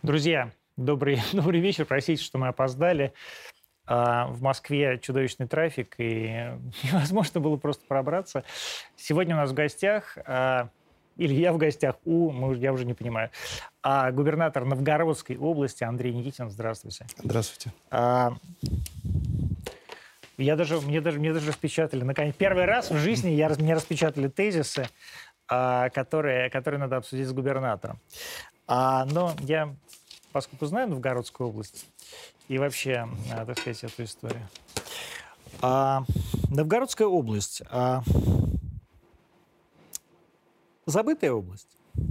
Друзья, добрый, добрый вечер. Простите, что мы опоздали. В Москве чудовищный трафик, и невозможно было просто пробраться. Сегодня у нас в гостях, или я в гостях я уже не понимаю, губернатор Новгородской области Андрей Никитин. Здравствуйте. Здравствуйте. Мне даже распечатали, наконец, первый раз в жизни мне распечатали тезисы, которые надо обсудить с губернатором. Но я, поскольку знаю Новгородскую область и вообще, так сказать, эту историю. Новгородская область забытая область.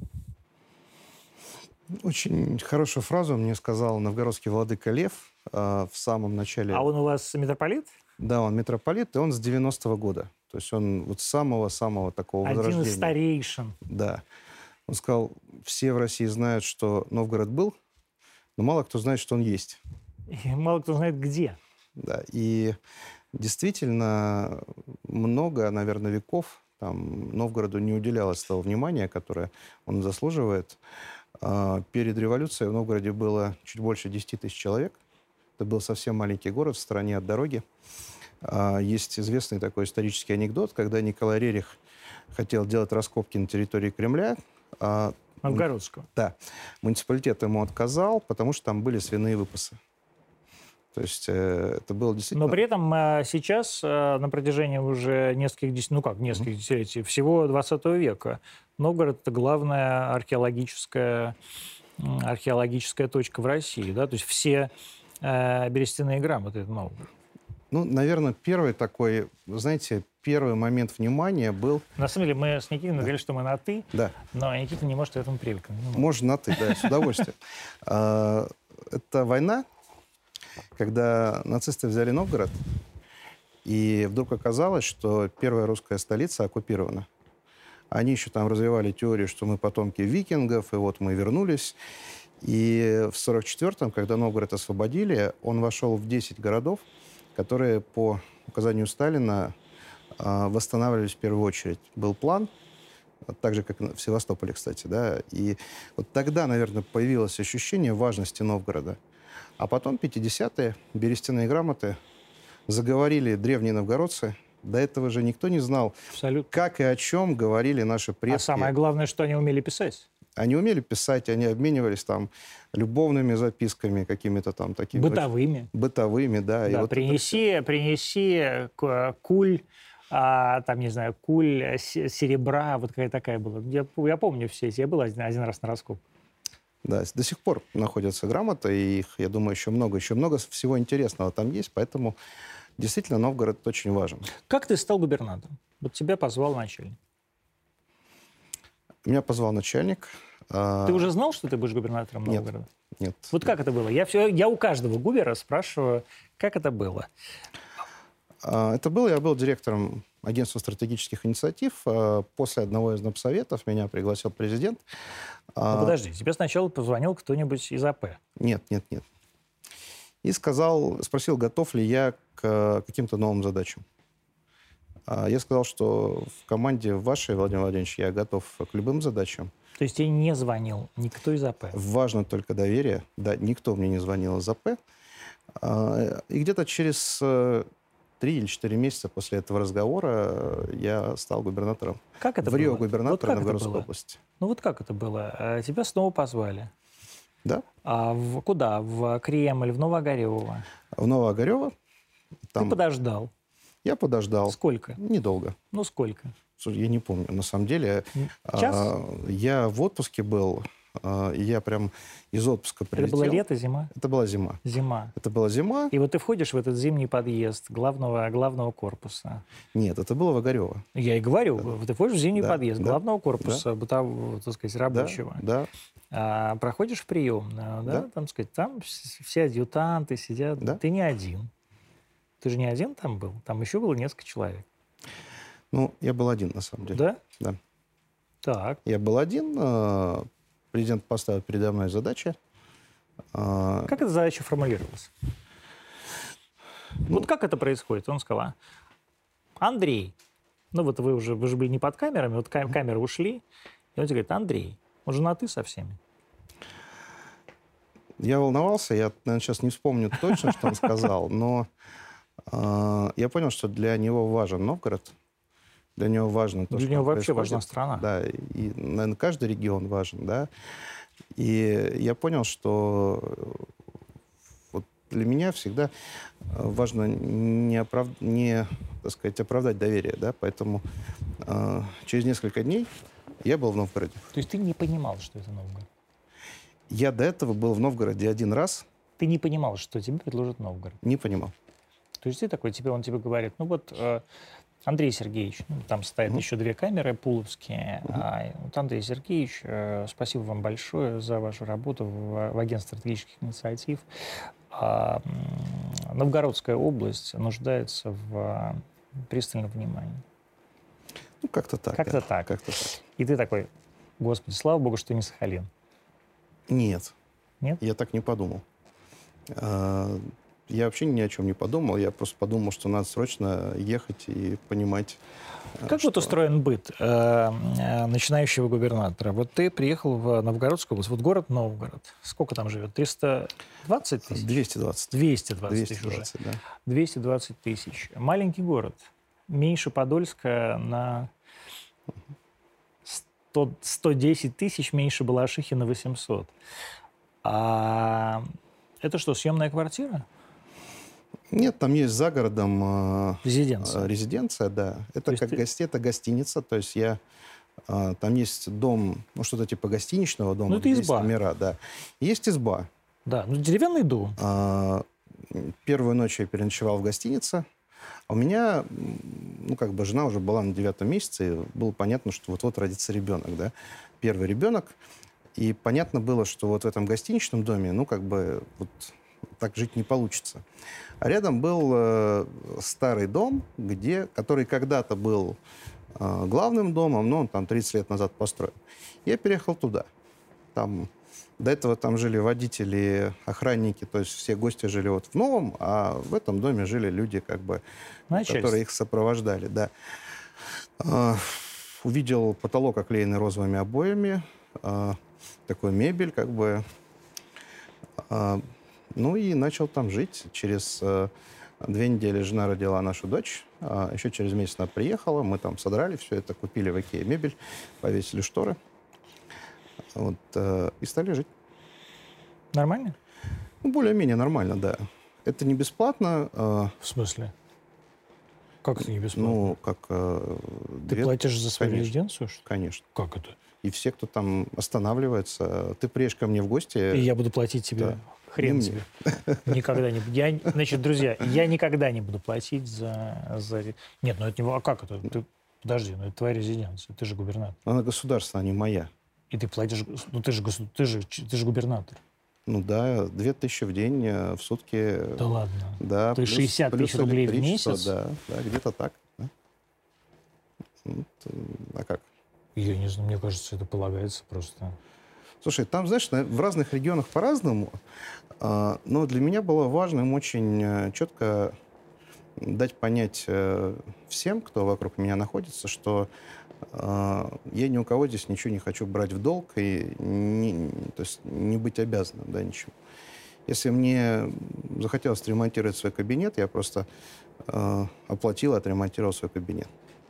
Очень хорошую фразу мне сказал новгородский владыка Лев в самом начале. А он у вас митрополит? Да, он митрополит, и он с 90-го года. То есть он вот с самого-самого такого возрождения. Один из старейшин. Да. Он сказал, все в России знают, что Новгород был, но мало кто знает, что он есть. И мало кто знает, где. Да, и действительно много, наверное, веков там Новгороду не уделялось того внимания, которое он заслуживает. Перед революцией в Новгороде было чуть больше 10 тысяч человек. Это был совсем маленький город в стороне от дороги. Есть известный такой исторический анекдот, когда Николай Рерих хотел делать раскопки на территории Кремля. Новгородского. Да. Муниципалитет ему отказал, потому что там были свиные выпасы. То есть это было действительно... Но при этом сейчас, на протяжении уже нескольких десятилетий, всего 20 века, Новгород – это главная археологическая точка в России. Да? То есть все берестяные грамоты – это Новгород. Ну, наверное, первый момент внимания был... На самом деле, мы с Никитиным говорили, что мы на «ты», да. Но Никитин не может к этому привыкнуть. Можно на «ты», да, с удовольствием. Это война, когда нацисты взяли Новгород, и вдруг оказалось, что первая русская столица оккупирована. Они еще там развивали теорию, что мы потомки викингов, и вот мы вернулись. И в 1944-м, когда Новгород освободили, он вошел в 10 городов, которые по указанию Сталина восстанавливались в первую очередь. Был план, так же, как в Севастополе, кстати. Да? И вот тогда, наверное, появилось ощущение важности Новгорода. А потом 50-е, берестяные грамоты, заговорили древние новгородцы. До этого же никто не знал, Абсолютно. Как и о чем говорили наши предки. А самое главное, что они умели писать. Они умели писать, они обменивались там любовными записками, какими-то там такими... Бытовыми. Бытовыми, да. Да, и вот принеси куль, там, не знаю, куль серебра, вот какая такая была. Я помню все эти, я был один раз на раскоп. Да, до сих пор находятся грамоты, и их, я думаю, еще много всего интересного там есть, поэтому действительно Новгород очень важен. Как ты стал губернатором? Вот тебя позвал начальник. Меня позвал начальник. Ты уже знал, что ты будешь губернатором Новгорода? Нет. Вот как это было? Я у каждого губера спрашиваю, как это было? Я был директором агентства стратегических инициатив. После одного из напсоветов меня пригласил президент. Ну, подожди, тебе сначала позвонил кто-нибудь из АП? Нет. И спросил, готов ли я к каким-то новым задачам. Я сказал, что в команде вашей, Владимир Владимирович, я готов к любым задачам. То есть тебе не звонил никто из АП? Важно только доверие. Да, никто мне не звонил из АП. И где-то через 3 или 4 месяца после этого разговора я стал губернатором. Как это в Рио было? губернатора Новгородской области. Ну вот как это было? Тебя снова позвали? Да. Куда? В Кремль, в Новоогарево? В Новоогарево. Ты подождал? Я подождал. Сколько? Недолго. Ну, сколько? Я не помню. На самом деле, час? Я в отпуске был, и я прям из отпуска прилетел. Это было лето, зима? Это была зима. Зима. Это была зима. И вот ты входишь в этот зимний подъезд главного корпуса. Нет, это было в Огарево. Я и говорю, ты входишь в зимний подъезд главного корпуса, да. так сказать, рабочего. Да. Проходишь в приемную, да? Там все адъютанты сидят. Да. Ты не один. Ты же не один там был? Там еще было несколько человек. Ну, я был один, на самом деле. Да? Да. Так. Я был один. Президент поставил передо мной задачи. Как эта задача формулировалась? Вот как это происходит? Он сказал, Андрей, вот вы же были не под камерами, вот камеры ушли, и он тебе говорит, Андрей, он же на «ты» со всеми. Я волновался, я, наверное, сейчас не вспомню точно, что он сказал, но я понял, что для него важен Новгород, для него важно то, Для что него там вообще происходит. важна страна. Да, и, наверное, каждый регион важен, да. И я понял, что вот для меня всегда важно не, так сказать, оправдать доверие, да, поэтому через несколько дней я был в Новгороде. То есть ты не понимал, что это Новгород? Я до этого был в Новгороде один раз, Ты не понимал, что тебе предложит Новгород? не понимал. То есть ты такой, он тебе говорит, ну вот, Андрей Сергеевич, ну, там стоят еще 2 камеры пуловские. Вот, Андрей Сергеевич, спасибо вам большое за вашу работу в агентстве стратегических инициатив. Новгородская область нуждается в пристальном внимании. Ну, как-то так. Как-то так. Как-то так. И ты такой, господи, слава богу, что не Сахалин. Нет. Нет? Я так не подумал. Я вообще ни о чем не подумал. Я просто подумал, что надо срочно ехать и понимать, Как вот устроен быт начинающего губернатора? Вот ты приехал в Новгородскую область, вот город Новгород. Сколько там живет? 320 тысяч? 220. 220 тысяч уже. 220, да. 220 тысяч. Маленький город. Меньше Подольска на 110 тысяч, меньше Балашихи на 800. А это что, съемная квартира? Нет, там есть за городом Резиденция. да. Это как это гостиница, то есть там есть дом, ну что-то типа гостиничного дома, Ну, это где изба. есть номера, да. Есть изба. Да, ну деревянный дом. Первую ночь я переночевал в гостинице. А у меня, ну как бы жена уже была на 9-м месяце, и было понятно, что вот-вот родится ребенок, да. Первый ребенок. И понятно было, что вот в этом гостиничном доме, ну как бы вот так жить не получится. А рядом был старый дом, который когда-то был главным домом, но он там 30 лет назад построен. Я переехал туда. До этого там жили водители, охранники, то есть все гости жили вот в новом, а в этом доме жили люди, как бы, которые их сопровождали. Да. Увидел потолок, оклеенный розовыми обоями, такую мебель, как бы. Ну и начал там жить. Через 2 недели жена родила нашу дочь. Еще через месяц она приехала. Мы там содрали все это, купили в Икее мебель, повесили шторы. Вот, и стали жить. Нормально? Ну, более-менее нормально, да. Это не бесплатно. В смысле? Как это не бесплатно? Ну, как... Ты платишь за свою Конечно. резиденцию? Что? Конечно. Как это? И все, кто там останавливается, ты приедешь ко мне в гости... И я буду платить тебе... Да. Хрен тебе. Никогда не буду. Значит, друзья, я никогда не буду платить за... Нет, ну это не... А как это? Подожди, ну это твоя резиденция. Ты же губернатор. Она государственная, а не моя. И ты платишь... Ну ты же губернатор. Ну да, 2000 в день, в сутки. Да ладно. Да, То есть 60 тысяч рублей в месяц? Да, где-то так. Да. А как? Я не знаю, мне кажется, это полагается просто. Слушай, там, знаешь, в разных регионах по-разному, но для меня было важным очень четко дать понять всем, кто вокруг меня находится, что я ни у кого здесь ничего не хочу брать в долг и то есть не быть обязанным, да, ничего. Если мне захотелось отремонтировать свой кабинет, я просто оплатил, отремонтировал свой кабинет.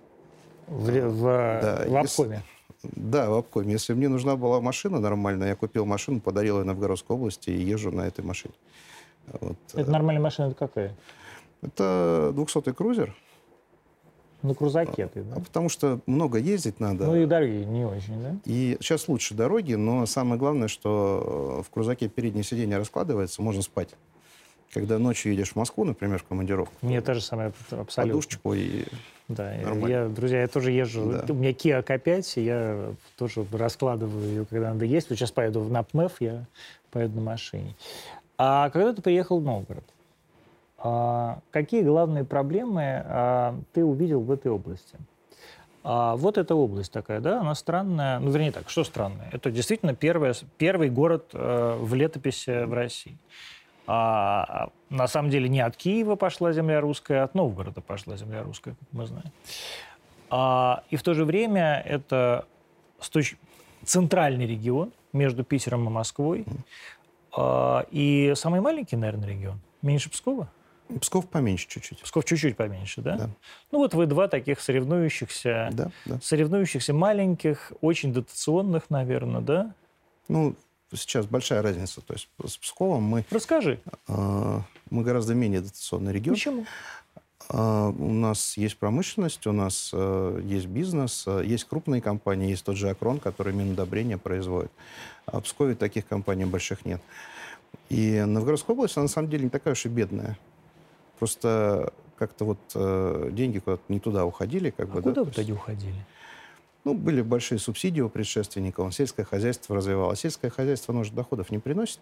В обкоме? Да, в обкоме. Если мне нужна была машина нормальная, я купил машину, подарил ее Новгородской области и езжу на этой машине. Вот. Это нормальная машина, это какая? Это 200-й крузер. На крузаке ты, да? Потому что много ездить надо. Ну и дороги не очень, да? И сейчас лучше дороги, но самое главное, что в крузаке переднее сиденье раскладывается, можно спать. Когда ночью едешь в Москву, например, в командировку. Мне та же самая абсолютно. Подушечку и да, нормально. Друзья, я тоже езжу. Да. У меня Kia K5, я тоже раскладываю ее, когда надо есть. Вот сейчас поеду в НАПМЭФ, я поеду на машине. А когда ты приехал в Новгород, какие главные проблемы ты увидел в этой области? Вот эта область такая, да, она странная. Ну, вернее так, что странное? Это действительно первый город в летописи в России. На самом деле не от Киева пошла земля русская, а от Новгорода пошла земля русская, как мы знаем. И в то же время это центральный регион между Питером и Москвой. И самый маленький, наверное, регион? Меньше Пскова? Псков поменьше чуть-чуть. Псков чуть-чуть поменьше, да? Да. Ну вот вы два таких соревнующихся, маленьких, очень дотационных, наверное, да? Ну, сейчас большая разница. То есть с Псковом Расскажи. Мы гораздо менее дотационный регион. Почему? У нас есть промышленность, у нас есть бизнес, есть крупные компании, есть тот же Акрон, который Минудобрения производит. А в Пскове таких компаний больших нет. И Новгородская область, она на самом деле не такая уж и бедная. Просто как-то вот деньги куда-то не туда уходили. Куда вы тогда уходили? Ну, были большие субсидии у предшественников, сельское хозяйство развивалось. Сельское хозяйство, оно же доходов не приносит.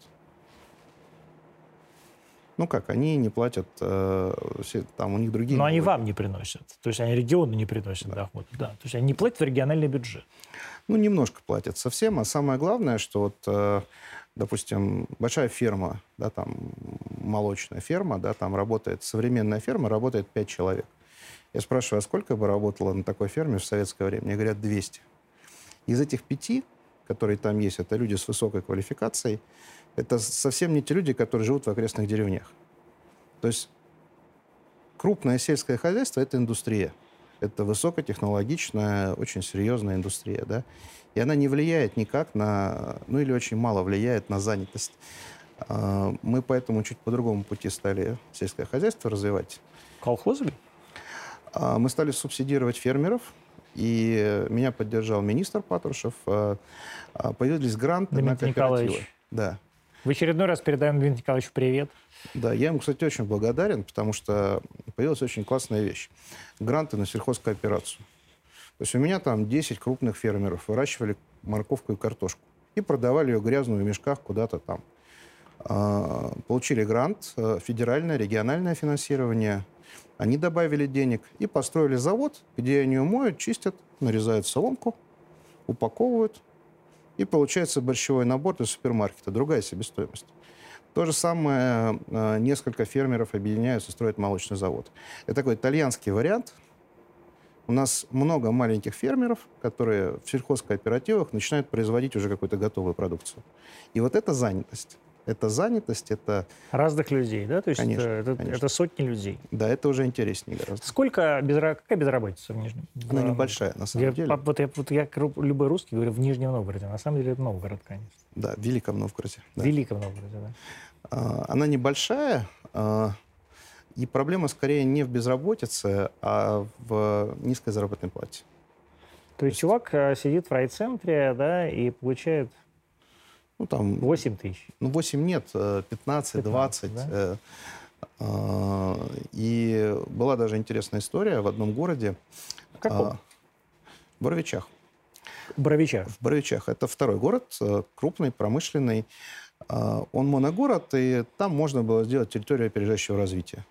Ну как, они не платят, там у них другие... Но они вам не приносят. То есть они региону не приносят доход. Да. То есть они не платят в региональный бюджет. Ну, немножко платят совсем. А самое главное, что вот, допустим, большая ферма, да, там молочная ферма, да, там работает, современная ферма, работает 5 человек. Я спрашиваю, а сколько бы работало на такой ферме в советское время? Мне говорят, 200. Из этих 5, которые там есть, это люди с высокой квалификацией. Это совсем не те люди, которые живут в окрестных деревнях. То есть крупное сельское хозяйство – это индустрия. Это высокотехнологичная, очень серьезная индустрия. Да? И она не влияет никак на, ну или очень мало влияет на занятость. Мы поэтому чуть по другому пути стали сельское хозяйство развивать. Колхозами? Мы стали субсидировать фермеров. И меня поддержал министр Патрушев. Появились гранты на Дмитрий кооперативы. Николаевич. Да. В очередной раз передаем Дмитрию Николаевичу привет. Да, я ему, кстати, очень благодарен, потому что появилась очень классная вещь. Гранты на сельхозкооперацию. То есть у меня там 10 крупных фермеров выращивали морковку и картошку и продавали ее грязную в мешках куда-то там. Получили грант, федеральное, региональное финансирование. Они добавили денег и построили завод, где они ее моют, чистят, нарезают соломку, упаковывают. И получается борщевой набор из супермаркета. Другая себестоимость. То же самое несколько фермеров объединяются, строят молочный завод. Это такой итальянский вариант. У нас много маленьких фермеров, которые в сельхозкооперативах начинают производить уже какую-то готовую продукцию. И вот это занятость. Это занятость, это... Разных людей, да? То есть конечно, это сотни людей. Да, это уже интереснее гораздо. Какая безработица в Нижнем? Она небольшая, на самом деле. Я любой русский говорю в Нижнем Новгороде. На самом деле это Новгород, конечно. Да, в Великом Новгороде. Да. В Великом Новгороде, да. Она небольшая, и проблема скорее не в безработице, а в низкой заработной плате. То есть чувак сидит в райцентре, да, и получает... Ну, там, 8 тысяч. Ну, 8 нет, 15, 20. Да? И была даже интересная история в одном городе. В каком? В Боровичах. Боровичах. В Боровичах. Это второй город, крупный, промышленный. Он моногород, и там можно было сделать территорию опережающего развития.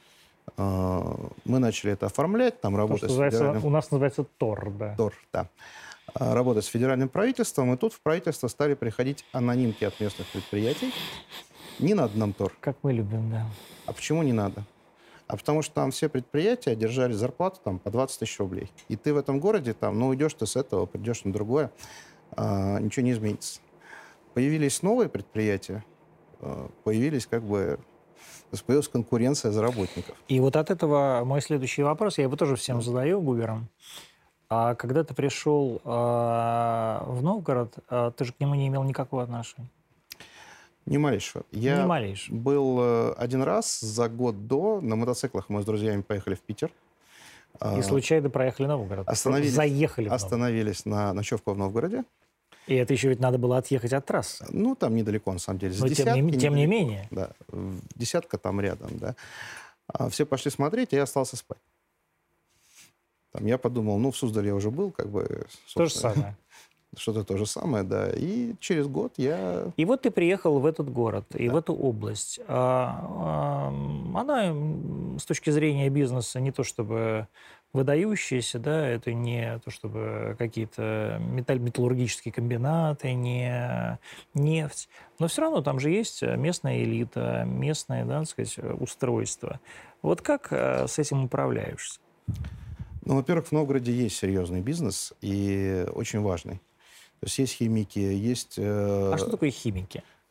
Мы начали это оформлять, там работать с федеральным... У нас называется ТОР, да. ТОР, да. Работать с федеральным правительством, и тут в правительство стали приходить анонимки от местных предприятий. Не надо нам ТОР. Как мы любим, да. А почему не надо? А потому что там все предприятия держали зарплату там, по 20 тысяч рублей. И ты в этом городе, там, ну, уйдешь ты с этого, придешь на другое, ничего не изменится. Появились новые предприятия, появилась конкуренция за работников. И вот от этого мой следующий вопрос, я его тоже всем задаю, губерам. А когда ты пришел в Новгород, ты же к нему не имел никакого отношения? Ни малейшего. Я не малейшего. Был один раз за год до, на мотоциклах мы с друзьями поехали в Питер. И случайно проехали Новгород. Заехали в Новгород. Остановились на ночевку в Новгороде. И это еще ведь надо было отъехать от трассы. Ну, там недалеко, на самом деле. Но тем не менее. Да, десятка там рядом, да. Все пошли смотреть, а я остался спать. Там я подумал, ну, в Суздале я уже был, как бы... То же самое. Что-то то же самое, да. И через год я... И вот ты приехал в этот город, и в эту область. Она с точки зрения бизнеса не то чтобы выдающаяся, да, это не то чтобы какие-то металлургические комбинаты, не нефть. Но все равно там же есть местная элита, местное, да, так сказать, устройство. Вот как с этим управляешься? Ну, во-первых, в Новгороде есть серьезный бизнес и очень важный. То есть есть химики, есть... А что такое химики?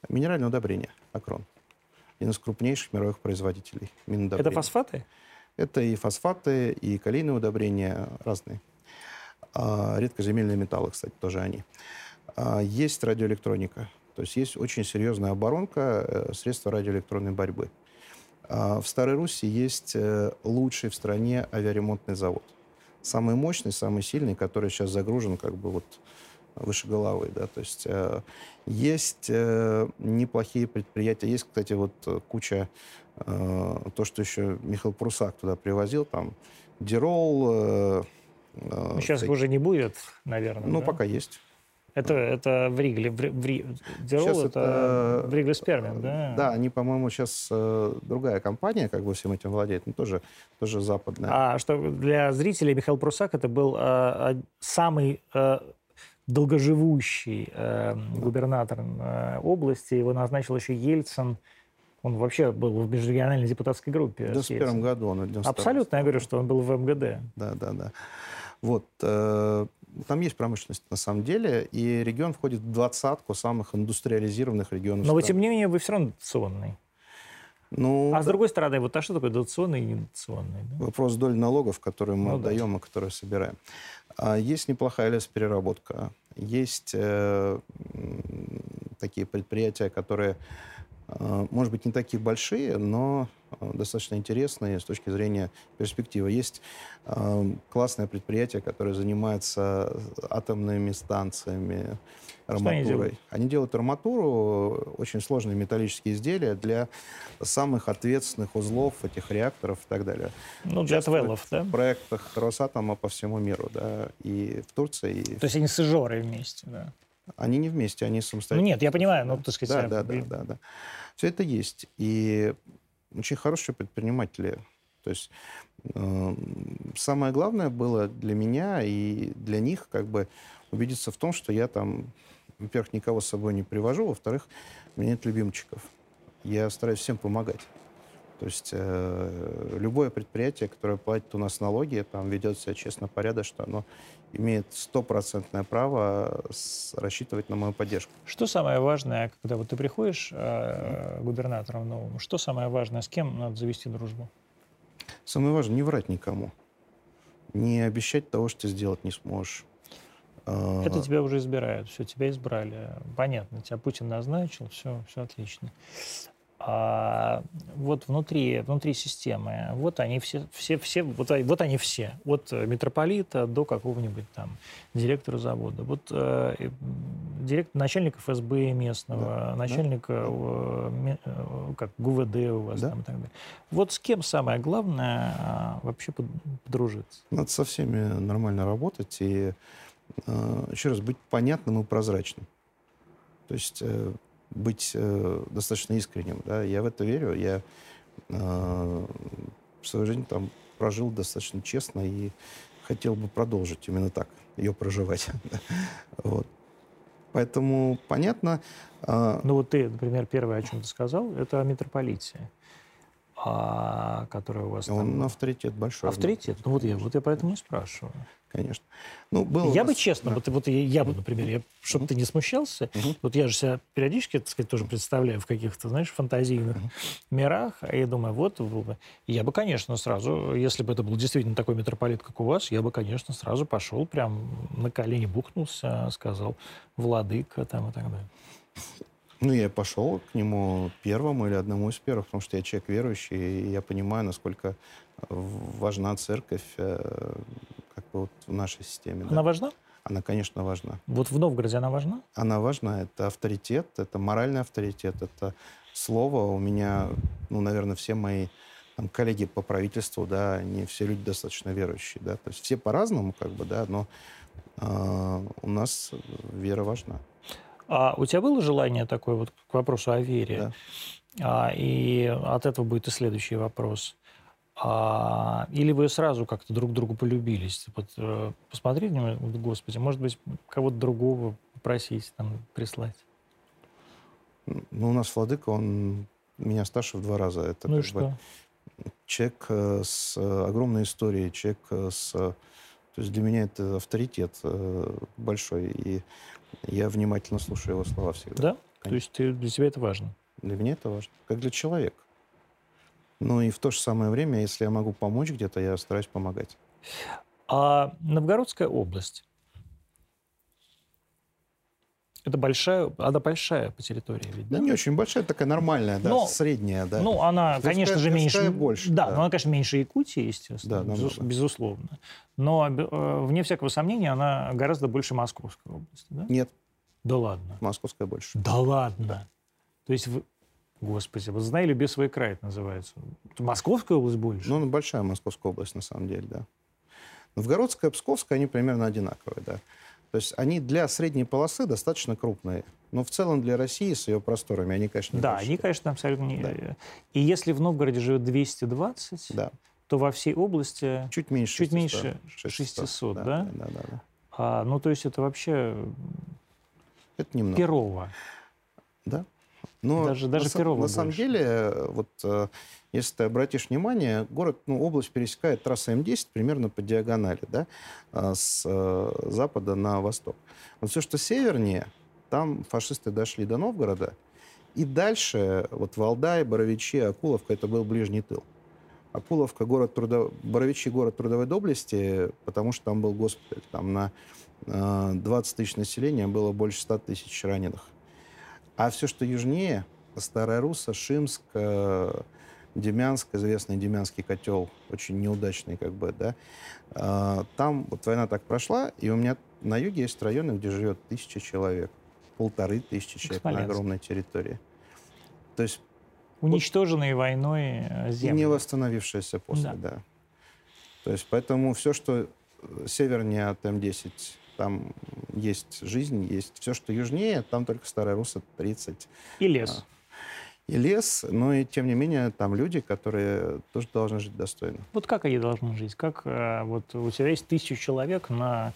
Минеральное удобрение «Акрон». Один из крупнейших мировых производителей минудобрений. Это фосфаты? Это и фосфаты, и калийные удобрения разные. Редкоземельные металлы, кстати, тоже они. Есть радиоэлектроника. То есть есть очень серьезная оборонка, средства радиоэлектронной борьбы. В Старой Руси есть лучший в стране авиаремонтный завод. Самый мощный, самый сильный, который сейчас загружен как бы вот выше головы. Да? То есть есть неплохие предприятия. Есть, кстати, вот куча, то, что еще Михаил Прусак туда привозил, там Дирол. Сейчас уже не будет, наверное. Ну, да? пока есть. Это в Ригле. Дирол это в Ригле Спермин, да? Да, они, по-моему, сейчас другая компания как бы всем этим владеет, но тоже западная. А что для зрителей Михаил Прусак это был самый долгоживущий губернатор области. Его назначил еще Ельцин. Он вообще был в межрегиональной депутатской группе. В 91 году он. Абсолютно, я говорю, что он был в МГД. Да. Вот. Там есть промышленность на самом деле, и регион входит в 20-ку самых индустриализированных регионов. Но, тем не менее, вы все равно дотационный. Ну, а с другой стороны, вот что такое дотационный и недотационный? Да? Вопрос доли налогов, которые мы отдаем и которые собираем. Есть неплохая лесопереработка. Есть такие предприятия, которые, может быть, не такие большие, но достаточно интересные с точки зрения перспективы. Есть классное предприятие, которое занимается атомными станциями, арматурой. Они делают арматуру, очень сложные металлические изделия для самых ответственных узлов этих реакторов и так далее. Ну, для твеллов, да? В проектах Росатома по всему миру, да, и в Турции. То есть они с Ижорой вместе, да? Они не вместе, они самостоятельно. Ну, нет, я понимаю, но, так сказать... Да. Все это есть. И очень хорошие предприниматели. То есть самое главное было для меня и для них как бы убедиться в том, что я там, во-первых, никого с собой не привожу, во-вторых, у меня нет любимчиков. Я стараюсь всем помогать. То есть любое предприятие, которое платит у нас налоги, там ведет себя честно, порядочно, оно имеет 100% право рассчитывать на мою поддержку. Что самое важное, когда вот ты приходишь губернатором новым, что самое важное, с кем надо завести дружбу? Самое важное — не врать никому. Не обещать того, что ты сделать не сможешь. Это тебя уже избирают, все, тебя избрали. Понятно, тебя Путин назначил, все отлично. А вот внутри системы, вот они все, вот они все, от митрополита до какого-нибудь там директора завода, вот начальник ФСБ местного, начальник как ГУВД у вас там и так далее. Вот с кем самое главное вообще подружиться? Надо со всеми нормально работать и еще раз быть понятным и прозрачным. То есть быть достаточно искренним. Да? Я в это верю. Я свою жизнь там прожил достаточно честно и хотел бы продолжить именно так ее проживать. Вот. Поэтому понятно. Ну вот ты, например, первое, о чем ты сказал, это о митрополите, который у вас там... Он авторитет большой. Авторитет? Ну вот я поэтому и спрашиваю. Конечно. Ну, я бы честно, я бы, например, чтобы ты не смущался, вот я же себя периодически, так сказать, тоже представляю в каких-то, знаешь, фантазийных мирах, и я думаю, вот, я бы, конечно, сразу, если бы это был действительно такой митрополит, как у вас, я бы, конечно, сразу пошел, прям на колени бухнулся, сказал, владыка там и так далее. Ну, я пошел к нему первому или одному из первых, потому что я человек верующий, и я понимаю, насколько важна церковь как бы вот в нашей системе. Она важна? Она, конечно, важна. Вот в Новгороде она важна? Она важна. Это авторитет, это моральный авторитет, это слово. У меня, ну, наверное, все мои там коллеги по правительству, да, они все люди достаточно верующие, да. То есть все по-разному, как бы, да, но у нас вера важна. А у тебя было желание такое, вот к вопросу о вере? Да. И от этого будет и следующий вопрос. Или вы сразу как-то друг другу полюбились? Вот, посмотри, Господи, может быть, кого-то другого попросить, там, прислать? Ну, у нас владыка, он меня старше в 2 раза. Это ну и что? Человек с огромной историей, человек с... То есть для меня это авторитет большой, и я внимательно слушаю его слова всегда. Да? То есть для тебя это важно? Для меня это важно, как для человека. Ну и в то же самое время, если я могу помочь где-то, я стараюсь помогать. А Новгородская область, это она большая по территории ведь, Да да? не очень большая, такая нормальная, да, Но, средняя, да. ну, она, конечно же, меньше... больше. Да, но она, конечно, меньше Якутии, естественно, Да, намного. безусловно. Но, вне всякого сомнения, она гораздо больше Московской области, да? Нет, Да ладно. московская больше. Да ладно. То есть, господи, вот «Знай, люби свой край» это называется. Московская область больше? Ну, она большая московская область, на самом деле, да. Новгородская, Псковская, они примерно одинаковые, да. То есть они для средней полосы достаточно крупные. Но в целом для России с ее просторами они, конечно, не Да, большие. они, конечно, абсолютно не... Да. И если в Новгороде живет 220, Да. то во всей области Чуть меньше 600, да? Да. Ну, то есть это вообще Это немного. Перово. Да. Но Даже на Перово самом больше. деле, вот если ты обратишь внимание, город, область пересекает трасса М10 примерно по диагонали, да, с запада на восток. Вот все, что севернее, там фашисты дошли до Новгорода, и дальше вот Валдай, Боровичи, Акуловка — это был ближний тыл. Акуловка, Боровичи — город трудовой доблести, потому что там был госпиталь. Там на 20 тысяч населения было больше 100 тысяч раненых. А все, что южнее, Старая Русса, Шимск, Демянск, известный Демянский котел, очень неудачный, как бы, да. Там вот война так прошла, и у меня на юге есть районы, где живет 1000 человек, 1500 человек на огромной территории. То есть уничтоженные войной земли. И не восстановившиеся после, да. То есть поэтому все, что севернее от М10, там есть жизнь, есть все, что южнее, там только Старая Русса 30. И лес. И лес, но и тем не менее там люди, которые тоже должны жить достойно. Вот как они должны жить? Как вот у тебя есть 1000 человек на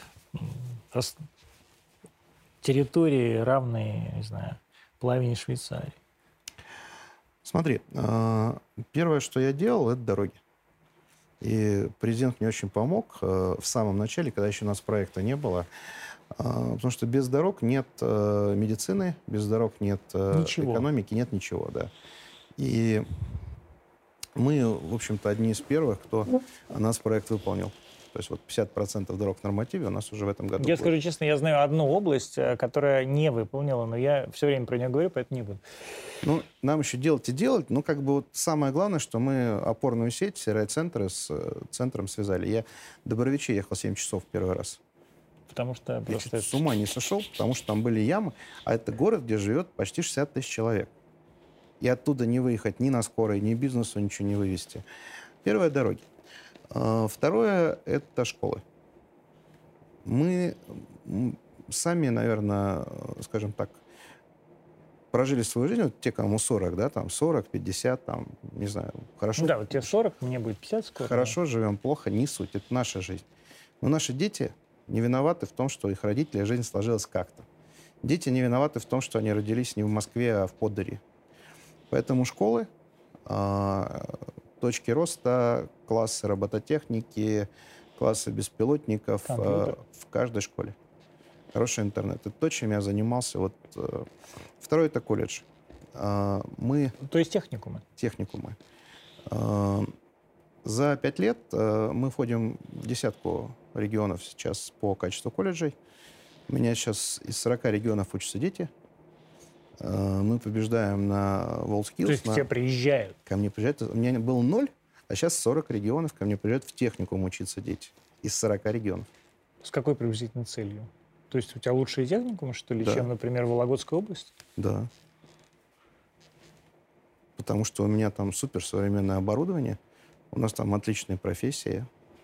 территории, равной, не знаю, половине Швейцарии? Смотри, первое, что я делал, это дороги. И президент мне очень помог в самом начале, когда еще у нас проекта не было. Потому что без дорог нет медицины, без дорог нет экономики, нет ничего, да. И мы, в общем-то, одни из первых, кто нас проект выполнил. То есть вот 50% дорог в нормативе у нас уже в этом году. Я скажу честно, я знаю одну область, которая не выполнила, но я все время про нее говорю, поэтому не буду. Ну, нам еще делать и делать, но как бы вот самое главное, что мы опорную сеть, все райцентры с центром связали. Я до Боровичей ехал 7 часов первый раз. Потому что я чуть с ума не сошел, потому что там были ямы, а это город, где живет почти 60 тысяч человек. И оттуда не выехать ни на скорой, ни бизнесу, ничего не вывести. Первое — дороги. Второе — это школы. Мы сами, наверное, скажем так, прожили свою жизнь, вот те, кому 40, да, там 40, 50, там, не знаю, хорошо. Ну да, вот тебе 40, мне будет 50 скоро. Хорошо живем, плохо, не суть, это наша жизнь. Но наши дети не виноваты в том, что их родители, жизнь сложилась как-то. Дети не виноваты в том, что они родились не в Москве, а в Поддаре. Поэтому школы, точки роста, классы робототехники, классы беспилотников в каждой школе. Хороший интернет. Это то, чем я занимался. Вот. Второй — это колледж. То есть техникумы? Техникумы. За 5 лет мы входим в 10 регионов сейчас по качеству колледжей. У меня сейчас из 40 регионов учатся дети. Мы побеждаем на WorldSkills. То есть к тебе приезжают? Ко мне приезжают. У меня был 0, а сейчас 40 регионов. Ко мне приезжают в техникум учиться дети. Из 40 регионов. С какой приблизительной целью? То есть у тебя лучшие техникумы, что ли, чем, например, в Вологодской области? Да. Потому что у меня там суперсовременное оборудование. У нас там отличные профессии.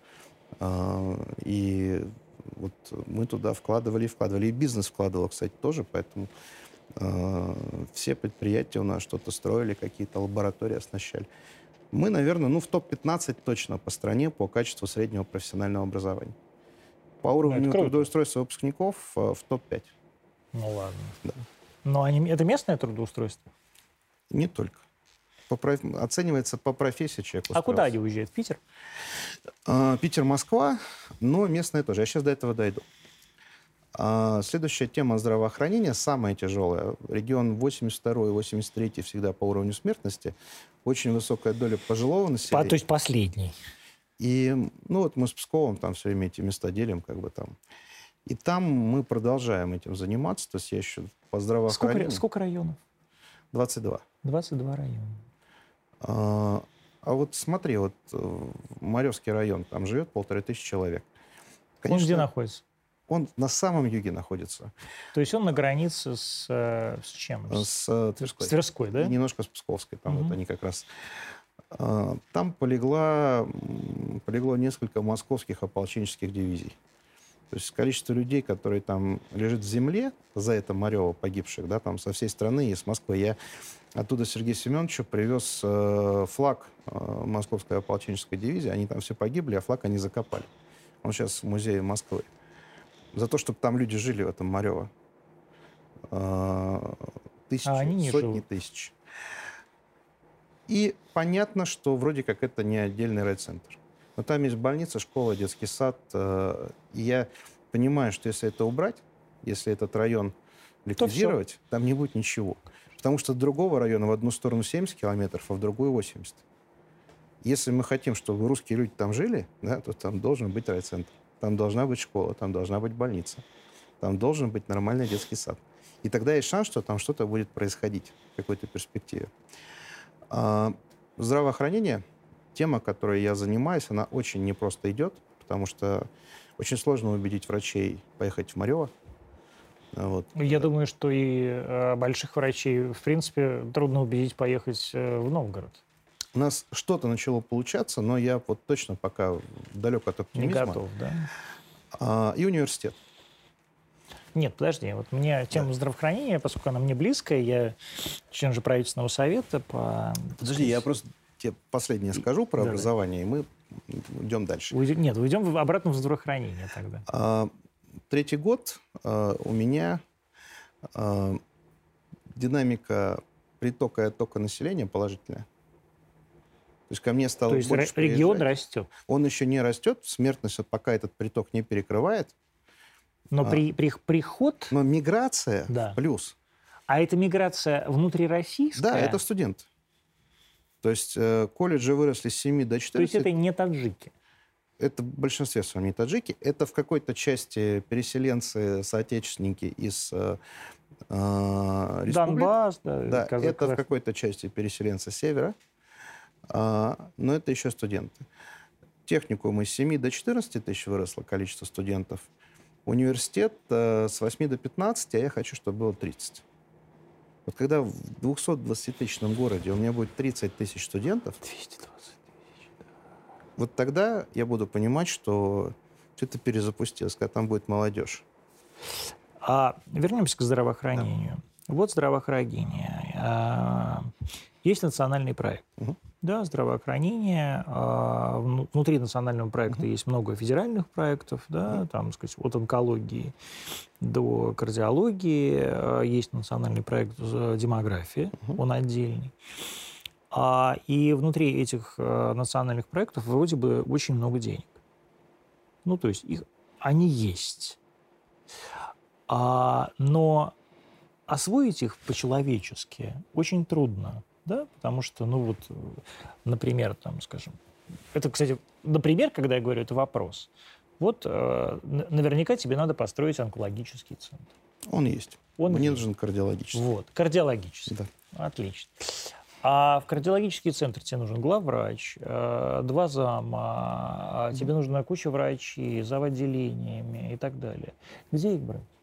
И вот мы туда вкладывали. И бизнес вкладывал, кстати, тоже. Поэтому все предприятия у нас что-то строили, какие-то лаборатории оснащали. Мы, наверное, в топ-15 точно по стране по качеству среднего профессионального образования. По уровню трудоустройства выпускников в топ-5. Ну ладно. Да. Но это местное трудоустройство? Не только. Оценивается по профессии человек. А куда они уезжают? В Питер? Питер, Москва, но местное тоже. Я сейчас до этого дойду. Следующая тема здравоохранения, самая тяжелая. Регион 82-й, 83-й всегда по уровню смертности. Очень высокая доля пожилого населения. То есть последний. И, ну вот мы с Псковом там все время эти места делим, как бы там. И там мы продолжаем этим заниматься. То есть я еще по здравоохранению... Сколько районов? 22. 22 района. А вот смотри, вот Маревский район, там живет 1500 человек. Конечно, он где находится? Он на самом юге находится. То есть он на границе с чем? С Тверской. С Тверской, да? И немножко с Псковской. Там вот они как раз... Там полегло несколько московских ополченческих дивизий. То есть количество людей, которые там лежит в земле, за это Марево погибших, да, там со всей страны и с Москвы. Я оттуда Сергею Семеновичу привез флаг московской ополченческой дивизии. Они там все погибли, а флаг они закопали. Он сейчас в музее Москвы. За то, чтобы там люди жили в этом Марево. Тысячи, сотни тысяч. И понятно, что вроде как это не отдельный райцентр. Но там есть больница, школа, детский сад. И я понимаю, что если это убрать, если этот район ликвидировать, там не будет ничего. Потому что другого района в одну сторону 70 километров, а в другую 80. Если мы хотим, чтобы русские люди там жили, да, то там должен быть райцентр. Там должна быть школа, там должна быть больница. Там должен быть нормальный детский сад. И тогда есть шанс, что там что-то будет происходить в какой-то перспективе. Здравоохранение, тема, которой я занимаюсь, она очень непросто идет, потому что очень сложно убедить врачей поехать в Марево. Вот. Я думаю, что и больших врачей, в принципе, трудно убедить поехать в Новгород. У нас что-то начало получаться, но я вот точно пока далек от оптимизма. Не готов, да? И университет. Нет, подожди. Вот мне тема здравоохранения, поскольку она мне близкая, я член же правительственного совета по... Подожди, я просто тебе последнее скажу про образование, и мы идем дальше. Нет, уйдем обратно в здравоохранение тогда. Третий год у меня динамика притока и оттока населения положительная. То есть ко мне стало больше приезжать. То есть регион растет? Он еще не растет, смертность пока этот приток не перекрывает. Но приход... Но миграция плюс. А это миграция внутрироссийская? Да, это студенты. То есть колледжи выросли с 7 до 14. То есть это не таджики? Это в большинстве своем не таджики. Это в какой-то части переселенцы, соотечественники из республик. Донбасс, да. Это в какой-то части переселенцы севера. Но это еще студенты. Техникумы с 7 до 14 тысяч выросло количество студентов. Университет с 8 до 15, а я хочу, чтобы было 30. Вот когда в 220-тысячном городе у меня будет 30 тысяч студентов, 220 тысяч, да. Вот тогда я буду понимать, что это перезапустилось, когда там будет молодежь. Вернемся к здравоохранению. Да. Вот здравоохранение. Есть национальный проект. Да, здравоохранение. Внутри национального проекта есть много федеральных проектов, да, там, сказать, от онкологии до кардиологии. Есть национальный проект демография, он отдельный. И внутри этих национальных проектов вроде бы очень много денег. Ну, то есть они есть. Но освоить их по-человечески очень трудно. Да, потому что, ну вот, например, там, скажем, это, кстати, например, когда я говорю, это вопрос. Вот наверняка тебе надо построить онкологический центр. Он есть. Мне нужен кардиологический. Вот, кардиологический. Да. Отлично. А в кардиологический центр тебе нужен главврач, 2 зама, тебе нужна куча врачей, зав. Отделениями и так далее. Где их брать?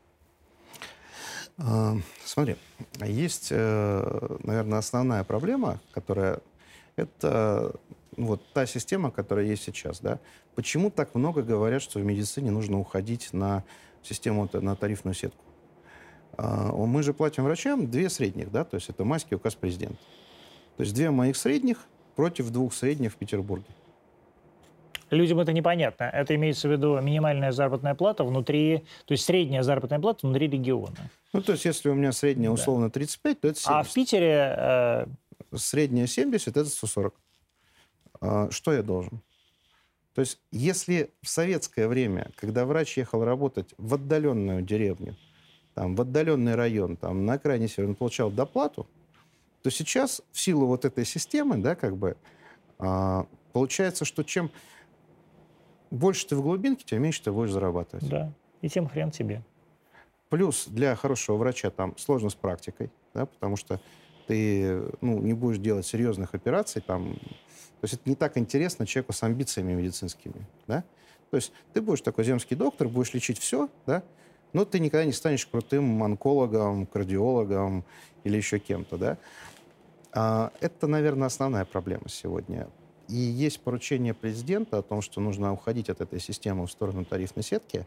Смотри, есть, наверное, основная проблема, которая... Это вот та система, которая есть сейчас. Да? Почему так много говорят, что в медицине нужно уходить на систему, на тарифную сетку? Мы же платим врачам 2 средних, да? То есть это майский указ президента. То есть 2 моих средних против 2 средних в Петербурге. Людям это непонятно. Это имеется в виду минимальная заработная плата внутри, то есть средняя заработная плата внутри региона. Ну, то есть если у меня средняя условно 35, то это 70. А в Питере... Средняя 70, это 140. Что я должен? То То есть если в советское время, когда врач ехал работать в отдаленную деревню, там, в отдаленный район, там, на окраине севера, он получал доплату, то сейчас в силу вот этой системы, да, как бы, получается, что чем больше ты в глубинке, тем меньше ты будешь зарабатывать. Да, и тем хрен тебе. Плюс для хорошего врача там сложно с практикой, да, потому что ты не будешь делать серьезных операций. Там, то есть это не так интересно человеку с амбициями медицинскими. Да? То есть ты будешь такой земский доктор, будешь лечить все, да, но ты никогда не станешь крутым онкологом, кардиологом или еще кем-то. Да? Это, наверное, основная проблема сегодня. И есть поручение президента о том, что нужно уходить от этой системы в сторону тарифной сетки.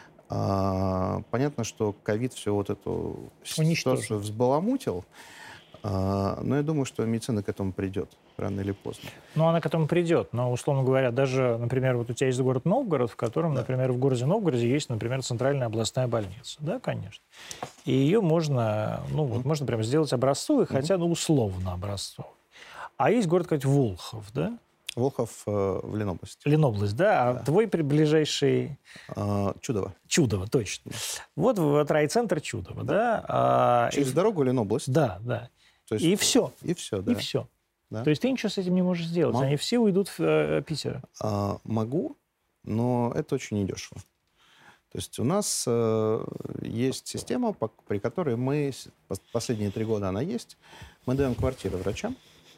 Понятно, что ковид всю вот эту ситуацию взбаламутил, но я думаю, что медицина к этому придет рано или поздно. Ну, она к этому придет, но, условно говоря, даже, например, вот у тебя есть город Новгород, в котором, да, например, в городе Новгороде есть, например, центральная областная больница. Да, конечно. И ее можно, можно прям сделать образцовой, хотя, условно образцовой. А есть город, как Волхов, да? Волхов в Ленобласти. Ленобласть, да? А да. Твой ближайший... Чудово. Чудово, точно. Вот райцентр Чудово, да? Через дорогу Ленобласть. Да, да. То есть... И все. И все, да. И все. Да. То есть ты ничего с этим не можешь сделать. Они все уйдут в Питер. Могу, но это очень недешево. То есть у нас есть система, при которой мы, последние 3 года она есть, мы даем квартиры врачам.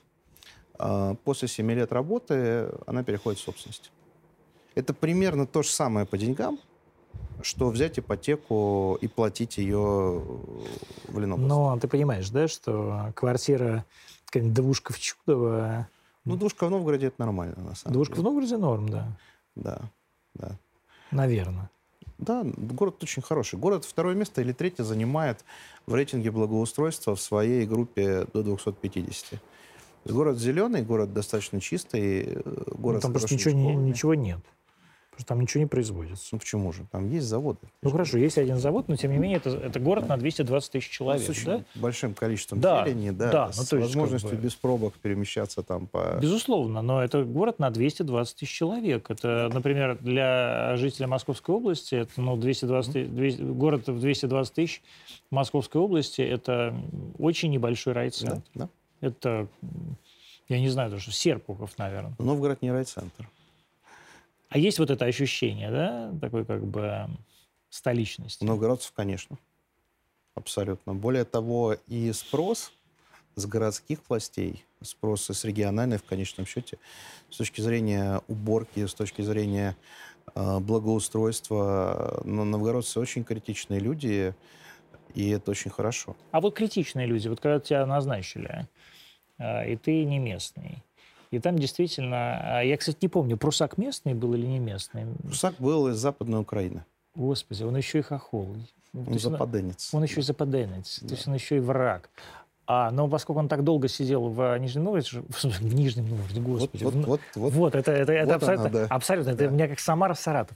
После 7 лет работы она переходит в собственность. Это примерно то же самое по деньгам, что взять ипотеку и платить ее в Ленобласти. Но ты понимаешь, да, что квартира, какая-нибудь двушка в Чудово... Двушка в Новгороде — это нормально, на самом деле. Двушка в Новгороде норм, да. Да. Наверное. Да, город очень хороший. Город 2-е место или 3-е занимает в рейтинге благоустройства в своей группе до 250. Город зеленый, город достаточно чистый, город... Там просто ничего нет. Потому что там ничего не производится. Почему же? Там есть заводы. Хорошо, есть один завод, но тем не менее это город на 220 тысяч человек. С очень большим количеством зелени, с есть, возможностью без пробок перемещаться там по... Безусловно, но это город на 220 тысяч человек. Это, например, для жителя Московской области, это, 220, город в 220 тысяч в Московской области, это очень небольшой райцентр. Да. Это, я не знаю, даже Серпухов, наверное. Новгород не райцентр. А есть вот это ощущение, да, такой как бы столичности? У новгородцев, конечно. Абсолютно. Более того, и спрос с городских властей, спрос с региональных, в конечном счете, с точки зрения уборки, с точки зрения благоустройства, новгородцы очень критичные люди, и это очень хорошо. А вот критичные люди, вот когда тебя назначили, и ты не местный, и там действительно... Я, кстати, не помню, Прусак местный был или не местный? Прусак был из Западной Украины. Господи, он еще и хохол. Он западенец. Он еще и западенец. Да. То есть он еще и враг. Но поскольку он так долго сидел в Нижнем Новгороде, в Нижнем Новгороде, господи. Вот, это абсолютно, да. Абсолютно. Да. Это у меня как Самара, Саратов.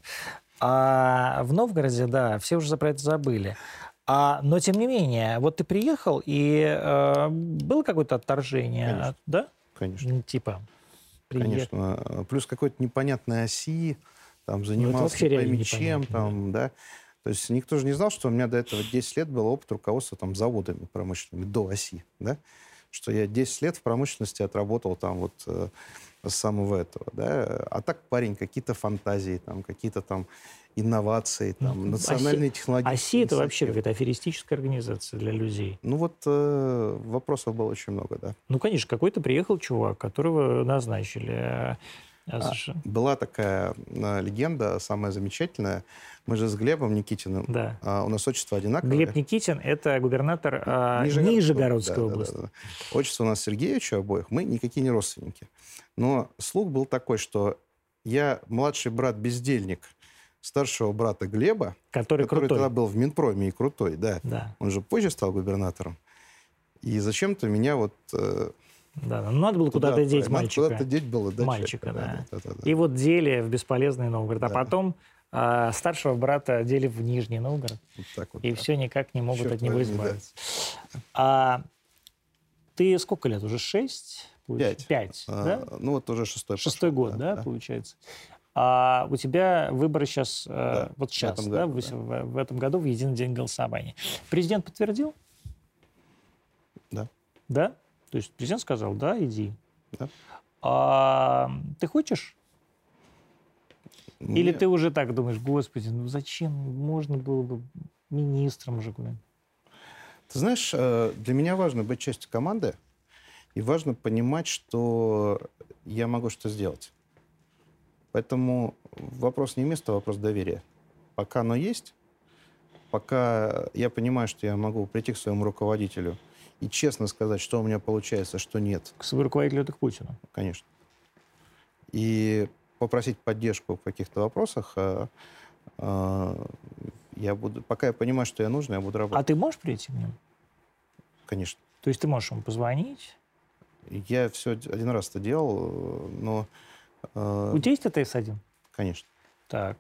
А в Новгороде, да, все уже про это забыли. Но, тем не менее, вот ты приехал, и было какое-то отторжение? Конечно. Да? Конечно. Типа? Конечно. Плюс какой-то непонятной оси, там, занимался чем, там, да. То есть никто же не знал, что у меня до этого 10 лет был опыт руководства там заводами промышленными до оси, да. Что я 10 лет в промышленности отработал там вот с самого этого, да. А так, парень, какие-то фантазии, там, какие-то там инновации, там, национальные технологии. ОСИ — это вообще какая-то аферистическая организация для людей. Вопросов было очень много, да. Конечно, какой-то приехал чувак, которого назначили. Была такая легенда, самая замечательная. Мы же с Глебом Никитиным, да. У нас отчество одинаковое. Глеб Никитин — это губернатор Нижегородской области. Да. Отчество у нас Сергеевич обоих, мы никакие не родственники. Но слух был такой, что я младший брат-бездельник старшего брата Глеба, который тогда был в Минпроме и крутой, да. Он же позже стал губернатором. И зачем-то меня вот... Да, надо было куда-то деть мальчика. Куда-то деть было, да. Мальчика, да. И вот дели в бесполезный Новгород. А потом старшего брата дели в Нижний Новгород. И все никак не могут от него избавиться. Ты сколько лет? Уже 6? 5. 5, да? Вот уже 6-й. 6-й год, да, получается? А у тебя выборы сейчас, Да, вот сейчас, этом да, году, в этом году, в единый день голосования. Президент подтвердил? Да. Да? То есть президент сказал, да, иди. Да. А ты хочешь? Или Мне- ты уже так думаешь, господи, ну зачем? Можно было бы министром уже куда-нибудь. Ты знаешь, для меня важно быть частью команды, и важно понимать, что я могу что сделать. Поэтому вопрос не места, а вопрос доверия. Пока оно есть, пока я понимаю, что я могу прийти к своему руководителю и честно сказать, что у меня получается, что нет, К своему руководителю это к Путину. конечно, и попросить поддержку в каких-то вопросах, я буду, пока я понимаю, что я нужен, я буду А работать, ты можешь прийти к нему? конечно. То есть ты можешь ему позвонить? Я все один раз это делал, но, У тебя есть АТС-1? конечно, Так.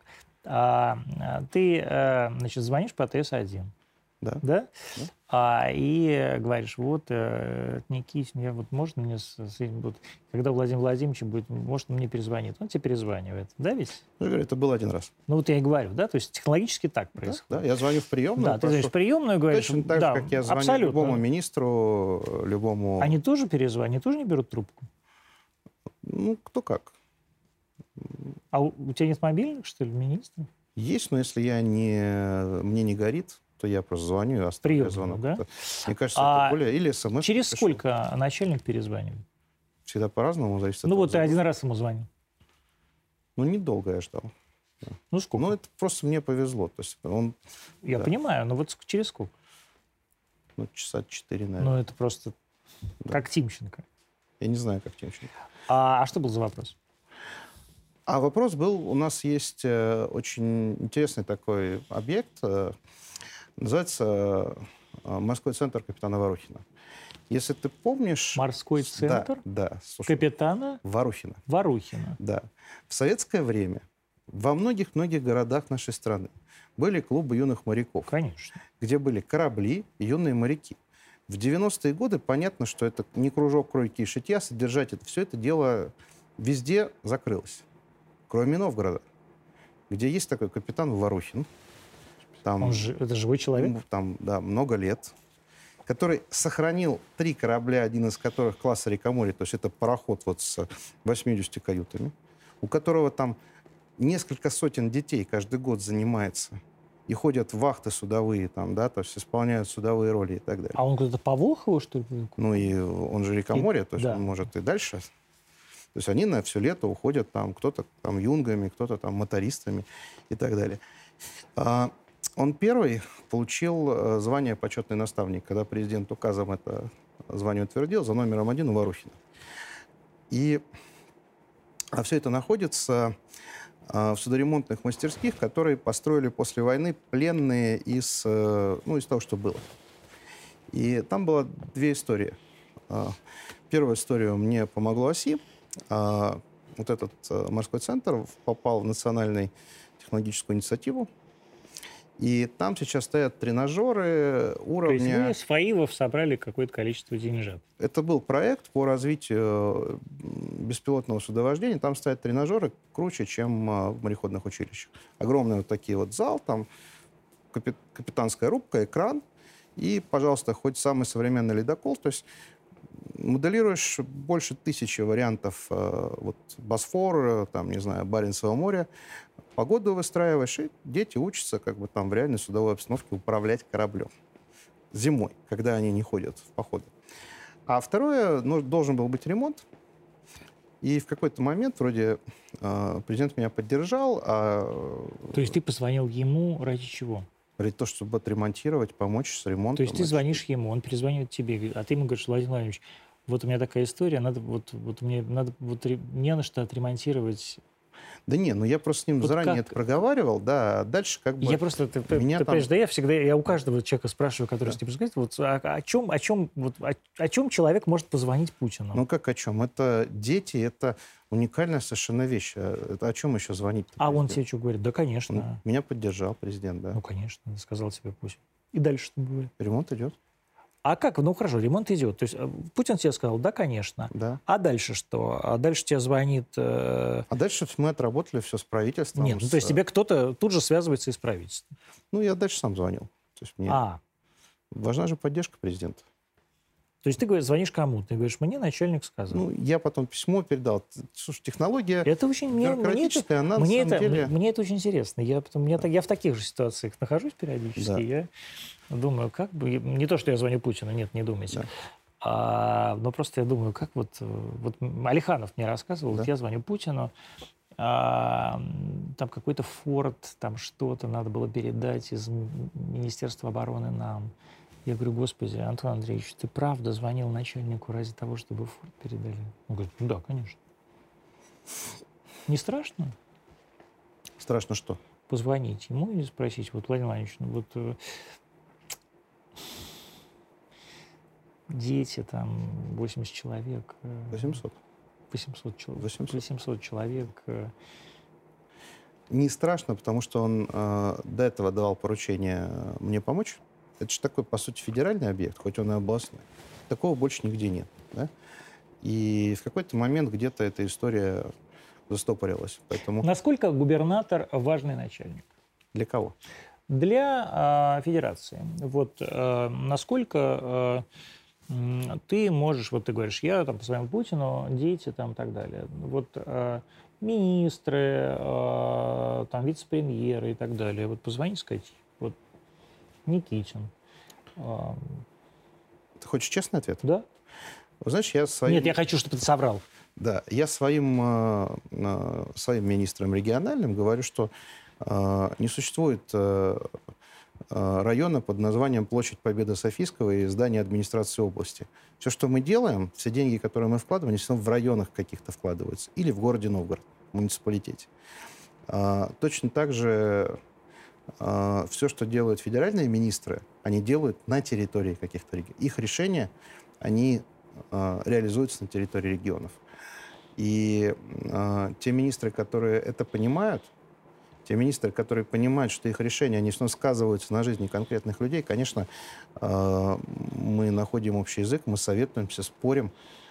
Ты, значит, звонишь по АТС-1, да. да? Да. И говоришь, вот, Никитин, я вот, можно мне с этим, вот, когда Владимир Владимирович будет, может, он мне перезвонит? Он тебе перезванивает, да ведь? Я говорю, это было один раз. Ну, вот я и говорю, да? То есть технологически так Да, происходит. да, я звоню в приемную. Да, ты звонишь в приемную и говоришь, Точно так да, же, как я звоню абсолютно. любому министру, любому... Они тоже перезвонят, они тоже не берут трубку? Ну, кто как. А у тебя нет мобильных, что ли, министров? Есть, но если мне не горит, то я просто звоню и оставляю Приемную, звонок. да? Это, мне кажется, это более... Или смс. Через сколько начальник перезванивает? Всегда по-разному, зависит от Ну, вот ты отзывов. один раз ему звонил. Ну, недолго я ждал. Ну, сколько? Ну, это просто мне повезло. То есть он, Я да. понимаю, но вот через сколько? часа 4, наверное. Ну, это просто как Тимченко. Я не знаю, как Тимченко. А что был за вопрос? А вопрос был, у нас есть очень интересный такой объект, называется морской центр капитана Варухина. Если ты помнишь... Морской центр Да. Слушай, капитана Варухина. Варухина. Да. В советское время во многих-многих городах нашей страны были клубы юных моряков, Конечно. где были корабли и юные моряки. В 90-е годы понятно, что это не кружок кройки и шитья, содержать это все это дело везде закрылось. Кроме Новгорода, где есть такой капитан Варухин. Там, Это живой человек? ему там, да, много лет, который сохранил 3 корабля, один из которых класса Рикомори, то есть это пароход вот с 80 каютами, у которого там несколько сотен детей каждый год занимается и ходят в вахты судовые, там, да, то есть исполняют судовые роли и так далее. А он куда-то по Волхову, что ли? Ну и он же Рикомори, то есть да. он может и дальше. То есть они на все лето уходят там, кто-то там юнгами, кто-то там мотористами и так далее. Он первый получил звание почетный наставник, когда президент указом это звание утвердил, за номером 1 у Варухина. А все это находится в судоремонтных мастерских, которые построили после войны пленные из того, что было. И там было 2 истории. Первую историю мне помогло ОСИ. Вот этот морской центр попал в национальную технологическую инициативу. И там сейчас стоят тренажеры уровня... То есть вы с ФАИВов собрали какое-то количество деньжат? Это был проект по развитию беспилотного судовождения. Там стоят тренажеры круче, чем в мореходных училищах. Огромный вот такой вот зал, там капитанская рубка, экран. И, пожалуйста, хоть самый современный ледокол. То есть моделируешь больше 1000 вариантов вот Босфор, там, не знаю, Баренцево море. Погоду выстраиваешь, и дети учатся как бы там в реальной судовой обстановке управлять кораблем. Зимой, когда они не ходят в походы. А второе, должен был быть ремонт. И в какой-то момент вроде президент меня поддержал. То есть ты позвонил ему ради чего? Ради того, чтобы отремонтировать, помочь с ремонтом. То есть ты звонишь ему, он перезванивает тебе, а ты ему говоришь, Владимир Владимирович, вот у меня такая история, мне на что отремонтировать. Да не, я просто с ним вот заранее как? это проговаривал, да, а дальше как бы... Я просто, ты понимаешь, да, я у каждого человека спрашиваю, который с ним разговаривает, вот о чем человек может позвонить Путину? Ну как о чем? Это дети, это уникальная совершенно вещь. Это о чем еще звонить? А он тебе что говорит? Да, конечно. Он меня поддержал президент, да. Ну, конечно, сказал тебе Путин. И дальше что будет? Ремонт идет. А как? Ну, хорошо, ремонт идет. То есть Путин тебе сказал, да, конечно. Да. А дальше что? А дальше тебе звонит... А дальше мы отработали все с правительством. Нет, ну, то есть тебе кто-то тут же связывается и с правительством. Ну, я дальше сам звонил. То есть мне важна же поддержка президента. То есть ты говоришь, звонишь кому? Ты говоришь, мне начальник сказал. Ну, я потом письмо передал. Слушай, технология это очень бюрократическая, она на самом деле... Мне это очень интересно. Я в таких же ситуациях нахожусь периодически. Да. Я думаю, как бы... Не то, что я звоню Путину, нет, не думайте. Да. Но просто я думаю, как вот Алиханов мне рассказывал, вот я звоню Путину, там какой-то форт, там что-то надо было передать из Министерства обороны нам. Я говорю, господи, Антон Андреевич, ты правда звонил начальнику ради того, чтобы форт передали? Он говорит, ну да, конечно. Не страшно? Страшно что? Позвонить ему и спросить, вот, Владимир Владимирович, ну вот дети, там, 80 человек. 800. 800 человек. Не страшно, потому что он до этого давал поручение мне помочь. Это же такой, по сути, федеральный объект, хоть он и областной. Такого больше нигде нет. Да? И в какой-то момент где-то эта история застопорилась. Поэтому... Насколько губернатор важный начальник? Для кого? Для федерации. Вот насколько ты можешь, вот ты говоришь, я там позвонил Путину, дети там и так далее. Вот министры, там вице-премьеры и так далее. Вот позвони, сказать, вот Никитин. Ты хочешь честный ответ? Да. Знаешь, я своим... Нет, я хочу, чтобы ты соврал. Да, я своим министрам региональным говорю, что не существует района под названием Площадь Победы Софийского и здание администрации области. Все, что мы делаем, все деньги, которые мы вкладываем, они все равно в районах каких-то вкладываются. Или в городе Новгород, в муниципалитете. Точно так же все, что делают федеральные министры, они делают на территории каких-то регионов. Их решения, они реализуются на территории регионов. И те министры, которые это понимают, те министры, которые понимают, что их решения, они снова сказываются на жизни конкретных людей, конечно, мы находим общий язык, мы советуемся, спорим,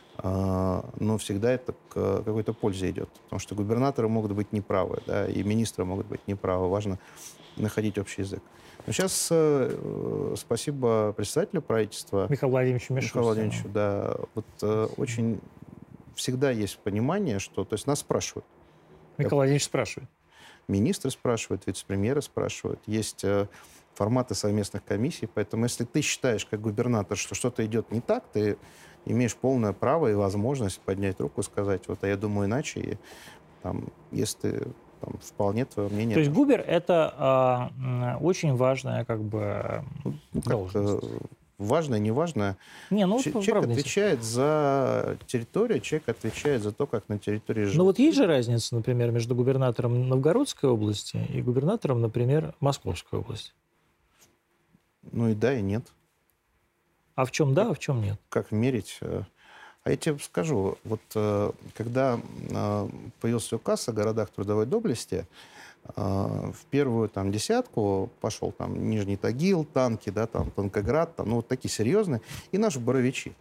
но всегда это к какой-то пользе идет. Потому что губернаторы могут быть неправы, да, и министры могут быть неправы. Важно находить общий язык. Но сейчас спасибо председателю правительства Михаилу Владимировичу Мишустину. Михаилу Владимировичу, да, вот очень всегда есть понимание, что, то есть нас спрашивают. Михаил Владимирович спрашивает. Министры спрашивают, вице-премьеры спрашивают. Есть форматы совместных комиссий, поэтому если ты считаешь, как губернатор, что что-то идет не так, ты имеешь полное право и возможность поднять руку и сказать, вот, а я думаю иначе, и там, если ты там, вполне твое мнение... То есть губер — это очень важная как бы должность. Важное, неважное. Человек отвечает за территорию, человек отвечает за то, как на территории живет. Но вот есть же разница, например, между губернатором Новгородской области и губернатором, например, Московской области? Ну и да, и нет. А в чем да, а в чем нет? Как мерить? А я тебе скажу, вот когда появился указ о городах трудовой доблести, в первую там десятку пошел там Нижний Тагил, Танки, да, там Танкоград, там, ну вот такие серьезные, и наши Боровичи.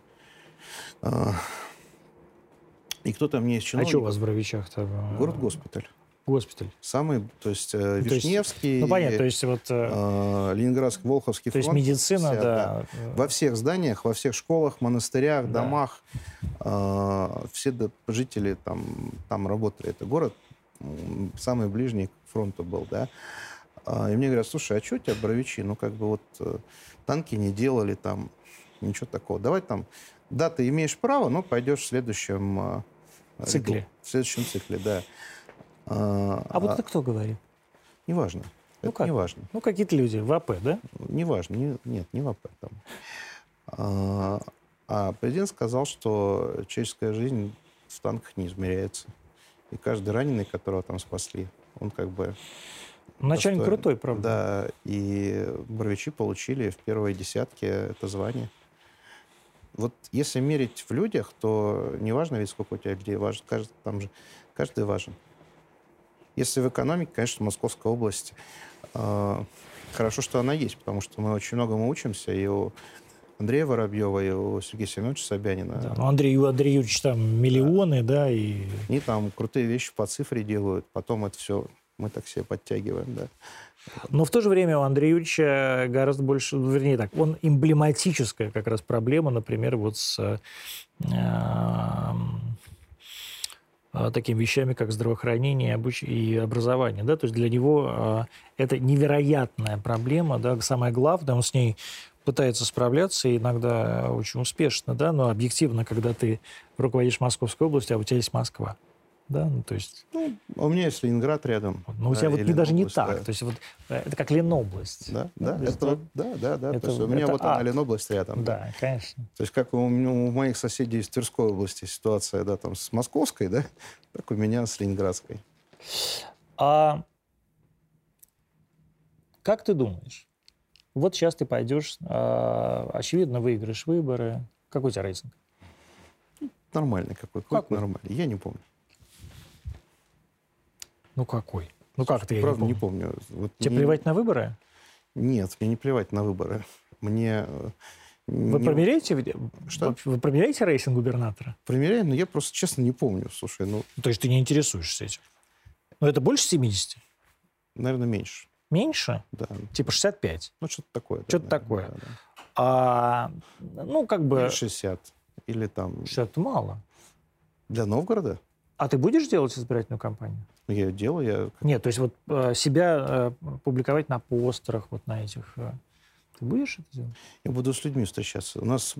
И кто-то мне из чиновников... А что у вас в Боровичах-то? Город-госпиталь. Госпиталь. Самый, то есть Вишневский, ну, понятно, то есть вот... Ленинградский, Волховский фронт. То есть медицина, вся, да. Во всех зданиях, во всех школах, монастырях, домах, все жители там работали. Это город самый ближний к фронту был, да. И мне говорят, слушай, а что у тебя Боровичи? Ну, как бы вот танки не делали там, ничего такого. Давай там, да, ты имеешь право, но пойдешь в следующем цикле. В следующем цикле, да. А вот это кто говорит? Неважно. Ну это как? Неважно. Ну, какие-то люди в АП, да? Неважно. Нет, не в АП. Там. А президент сказал, что человеческая жизнь в танках не измеряется. И каждый раненый, которого там спасли, он как бы... Начальник достоин. крутой, правда. Да, и Боровичи получили в первой десятке это звание. Вот если мерить в людях, то неважно ведь сколько у тебя людей, важно, каждый важен. Если в экономике, конечно, Московская область, хорошо, что она есть, потому что мы очень многому учимся, и у Андрея Воробьева и у Сергея Семеновича Собянина. Да, ну, Андрей Юрьевич там миллионы, да, и... Они там крутые вещи по цифре делают, потом это все мы так себе подтягиваем, да. Но в то же время у Андрея Юрьевича гораздо больше, вернее так, он эмблематическая как раз проблема, например, вот с такими вещами, как здравоохранение и образование. Да? То есть для него это невероятная проблема. Да? Самое главное, он с ней пытается справляться, и иногда очень успешно. Да? Но объективно, когда ты руководишь Московской областью, а у тебя есть Москва. Да? Ну, то есть... Ну, у меня есть Ленинград рядом. Но у тебя вот даже не так. Да. То есть вот, это как Ленобласть. Да, да, да, это, да. Это, То есть у меня вот ад. она Ленобласть рядом. Да, конечно. То есть как у моих соседей из Тверской области ситуация, да, там с Московской, да, так у меня с Ленинградской. А как ты думаешь? Вот сейчас ты пойдешь, очевидно, выиграешь выборы. Какой у тебя рейтинг? Нормальный какой-то, нормальный. Я не помню. Ну какой? Ну как ты, я Правда, не помню. не помню. Вот Тебе плевать на выборы? Нет, мне не плевать на выборы. Мне... Вы промеряете? Что? Вы промеряете рейтинг губернатора? Промеряю, но я просто, честно, не помню. Слушай, ну... То есть ты не интересуешься этим? Ну это больше 70? Наверное, меньше. Меньше? Да. Типа 65? Ну, что-то такое. Что-то да, такое. Да. Ну, как бы... Или 60. Или там... 60 мало. Для Новгорода? А ты будешь делать избирательную кампанию? Ну, я ее делаю. Нет, то есть вот себя публиковать на постерах, вот на этих... Ты будешь это делать? Я буду с людьми встречаться. У нас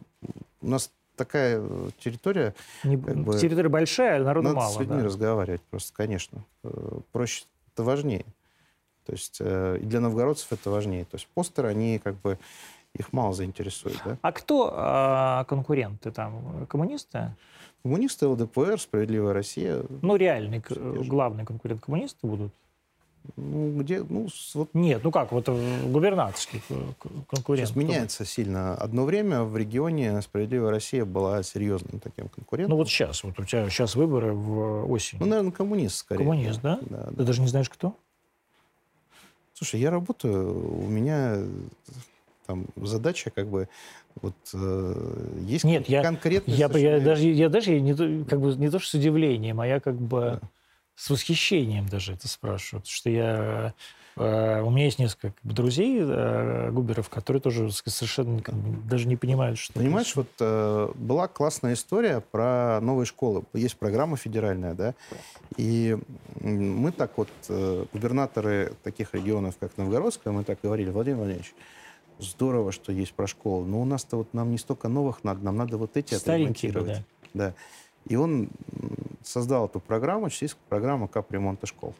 такая территория... Территория большая, а народу надо мало. с людьми разговаривать просто, конечно. Проще, это важнее. То есть и для новгородцев это важнее. То есть постеры, они как бы... Их мало заинтересует, да? А кто конкуренты там? Коммунисты? Коммунисты, ЛДПР, «Справедливая Россия». Ну, реальный, главный конкурент коммунисты будут? Ну, где... Ну, вот... Нет, ну как, вот губернаторский конкурент. Сейчас меняется сильно. Одно время в регионе «Справедливая Россия» была серьезным таким конкурентом. Ну вот сейчас, вот у тебя сейчас выборы в осень. Ну, наверное, коммунист скорее. Коммунист, да? Да. Ты даже не знаешь, кто? Слушай, я работаю, у меня там задача как бы вот есть конкретные... Я даже не, как бы, не то, что с удивлением, а я как бы с восхищением даже это спрашиваю. Потому что у меня есть несколько друзей, губеров, которые тоже совершенно даже не понимают, что... Понимаешь, вот была классная история про новые школы. Есть программа федеральная, да, и мы так вот, губернаторы таких регионов, как Новгородская, мы так говорили: Владимир Владимирович, здорово, что есть про школу, но у нас-то вот нам не столько новых надо, нам надо вот эти отремонтировать. Да. И он создал эту программу, есть программа капремонта школ.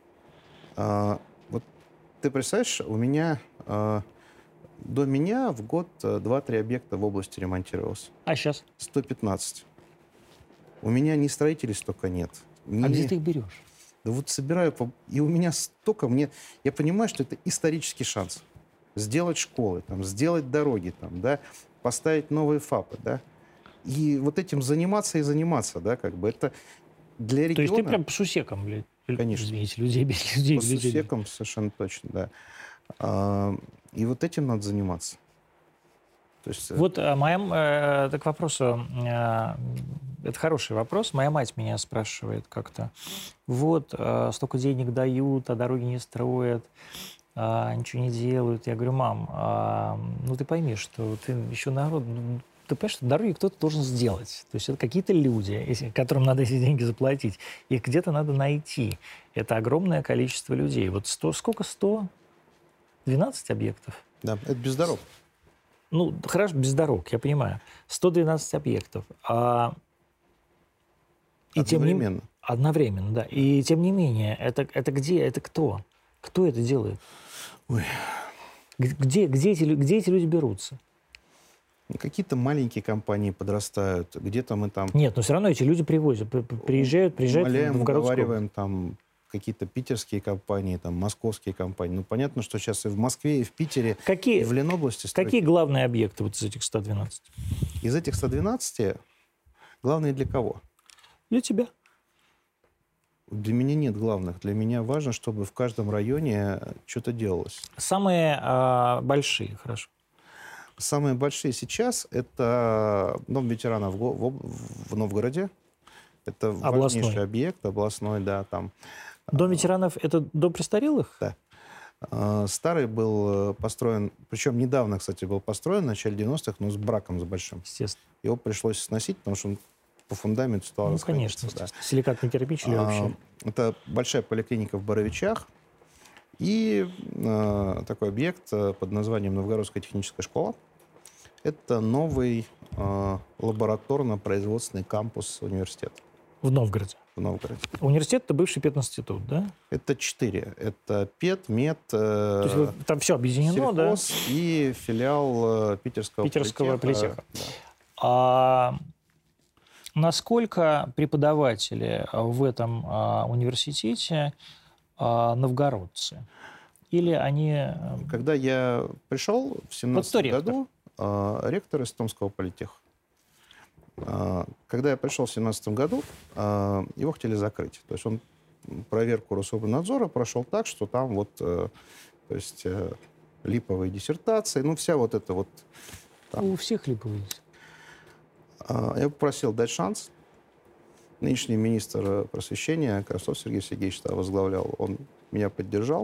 Вот ты представляешь, у меня до меня в год 2-3 объекта в области ремонтировалось. А сейчас? 115. У меня ни строителей столько нет. А где ты их берешь? Да вот собираю, и у меня столько, я понимаю, что это исторический шанс. Сделать школы, там, сделать дороги, там, да, поставить новые ФАПы, да. И вот этим заниматься, да, как бы это для региона... То есть ты прям по сусекам, блядь. Конечно. Извините, людей без людей. По сусекам, совершенно точно, да. И вот этим надо заниматься. То есть... Вот так к вопросу, это хороший вопрос. Моя мать меня спрашивает как-то, вот, столько денег дают, а дороги не строят, ничего не делают. Я говорю: мам, ну ты пойми, что ты еще народ... Ты понимаешь, что дороги кто-то должен сделать. То есть это какие-то люди, которым надо эти деньги заплатить. Их где-то надо найти. Это огромное количество людей. Вот сколько? 112 объектов? Да, это без дорог. Ну, хорошо, без дорог, я понимаю. 112 объектов. Одновременно. Одновременно, да. И тем не менее, это где? Это кто? Кто это делает? Ой. Где эти люди берутся? Какие-то маленькие компании подрастают, где-то мы там... Нет, но все равно эти люди приезжают умоляем, в городскую. уговариваем там какие-то питерские компании, там московские компании. Ну, понятно, что сейчас и в Москве, и в Питере, и в Ленобласти... Какие главные объекты вот из этих 112? Из этих 112 главные для кого? Для тебя. Для меня нет главных. Для меня важно, чтобы в каждом районе что-то делалось. Самые большие, хорошо. Самые большие сейчас — это Дом ветеранов в Новгороде. Это Областной. важнейший объект, областной, да, там. Дом ветеранов — это дом престарелых? Да. Старый был построен, причем недавно, кстати, был построен, в начале 90-х, но с браком с большим. Естественно. Его пришлось сносить, потому что он по фундаменту стал Ну, расходиться. конечно, Да. силикатный кирпич или вообще? Это большая поликлиника в Боровичах и такой объект под названием Новгородская техническая школа. Это новый лабораторно-производственный кампус университета В Новгороде. в Новгороде. Университет — это бывший пединститут, да? Это 4. Это ПЕД, МЕД, То есть там все объединено, да? сельхоз и филиал Питерского политеха. Да. А насколько преподаватели в этом университете новгородцы? Или они... Когда я пришел в 17 ректор? году, ректор из Томского политеха. Когда я пришел в 17 году, его хотели закрыть. То есть он проверку Рособорнадзора прошел так, что там вот, то есть липовые диссертации, ну вся вот эта вот... Там. У всех липовые. Я попросил дать шанс. Нынешний министр просвещения Красов Сергей Сергеевич возглавлял, он меня поддержал.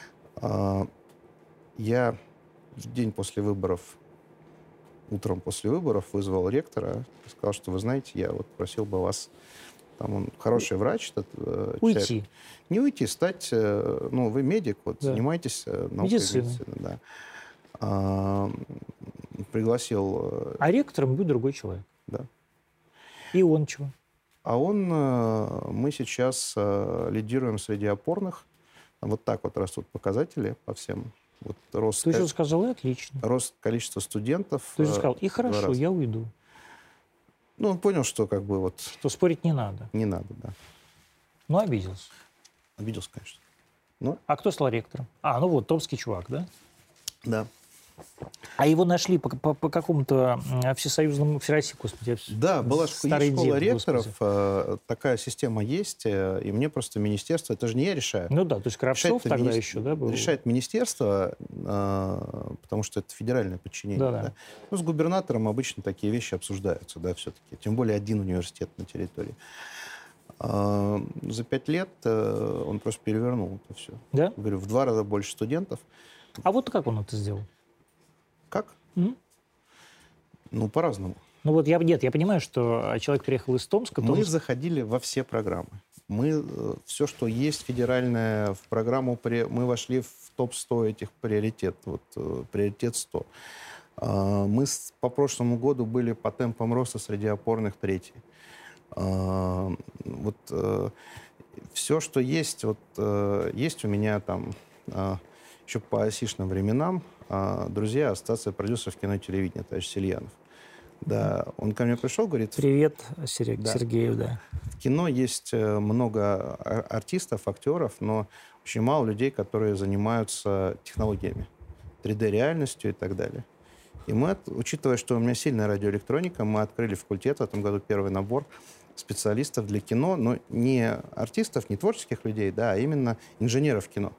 Я в день после выборов, утром после выборов вызвал ректора и сказал, что вы знаете, я вот просил бы вас, там он хороший врач, уйти. Человек, не уйти, стать, ну вы медик, вот да. Занимаетесь наукой медицины, да. Пригласил. А ректором будет другой человек. Да. И он чего? А мы сейчас лидируем среди опорных. Вот так вот растут показатели по всем. Вот рост, ты же сказал, и отлично. Рост количества студентов. Ты же сказал, и хорошо, я уйду. Ну, он понял, что как бы вот... Что спорить не надо. Не надо, да. Ну, обиделся. Обиделся, конечно. Но... А кто стал ректором? Ну вот, томский чувак, да? Да. А его нашли по какому-то всесоюзному, всероссийскому, господи. Да, была школа ректоров, такая система есть, и мне просто министерство, это же не я решаю. Ну да, то есть Кравцов тогда еще, да, был? Решает министерство, потому что это федеральное подчинение. Да. Да? Ну, с губернатором обычно такие вещи обсуждаются, да, все-таки. Тем более один университет на территории. За 5 лет он просто перевернул это все. Да? Говорю, в 2 раза больше студентов. А вот как он это сделал? Как? Ну, по-разному. Ну вот я понимаю, что человек приехал из Томска. Мы заходили во все программы. Все, что есть федеральное в программу, мы вошли в топ-100 этих приоритет, вот приоритет 100. Мы по прошлому году были по темпам роста среди опорных третий. Вот все, что есть, вот есть у меня там еще по осишным временам друзья, ассоциация продюсеров кино и телевидения, товарищ Сельянов. Да, он ко мне пришел, говорит... Привет, Сергею, да. В кино есть много артистов, актеров, но очень мало людей, которые занимаются технологиями, 3D-реальностью и так далее. И мы, учитывая, что у меня сильная радиоэлектроника, мы открыли факультет в этом году первый набор специалистов для кино, но не артистов, не творческих людей, да, а именно инженеров кино.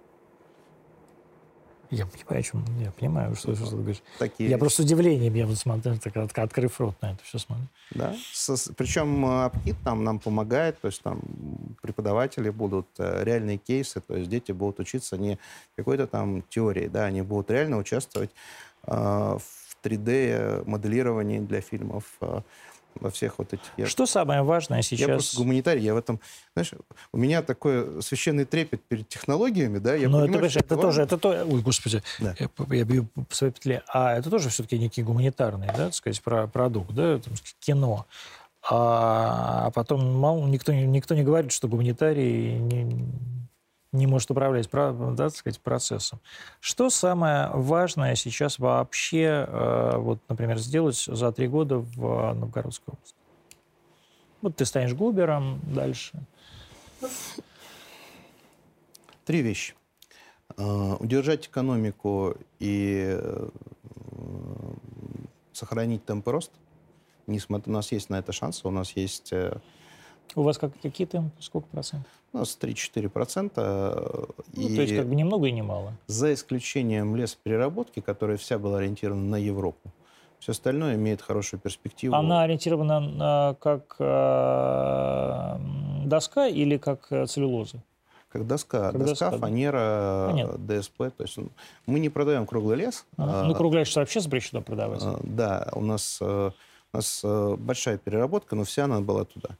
Я понимаю, о чем. Я понимаю, что ты говоришь. Такие я просто с удивлением, я вот смотрю, открыв рот на это все смотрю. Да. Причем АПКИТ нам помогает, то есть там преподаватели будут реальные кейсы, то есть дети будут учиться не какой-то там теории, да, они будут реально участвовать в 3D-моделировании для фильмов, во всех вот этих... Что самое важное сейчас? Я просто гуманитарий, я в этом... Знаешь, у меня такой священный трепет перед технологиями, да, я но понимаю, это тоже... Ой, господи, да. я бью по своей петле. А это тоже все-таки некий гуманитарный, да, так сказать, продукт, да, там, кино. А потом никто не говорит, что гуманитарий не может управлять, да, так сказать, процессом. Что самое важное сейчас вообще, вот, например, сделать за 3 года в Новгородской области? Вот ты станешь губером дальше. 3 вещи. Удержать экономику и сохранить темпы роста. У нас есть на это шансы, у нас есть У вас какие темпы? Сколько процентов? У нас 3-4%. Ну, то есть как бы ни много и ни мало. За исключением лесопереработки, которая вся была ориентирована на Европу, все остальное имеет хорошую перспективу. Она ориентирована как доска или как целлюлоза? Как доска. Как доска, доска, фанера, понятно. ДСП. То есть мы не продаем круглый лес. Ну, круглый лес вообще запрещено продавать. Да, у нас большая переработка, но вся она была туда.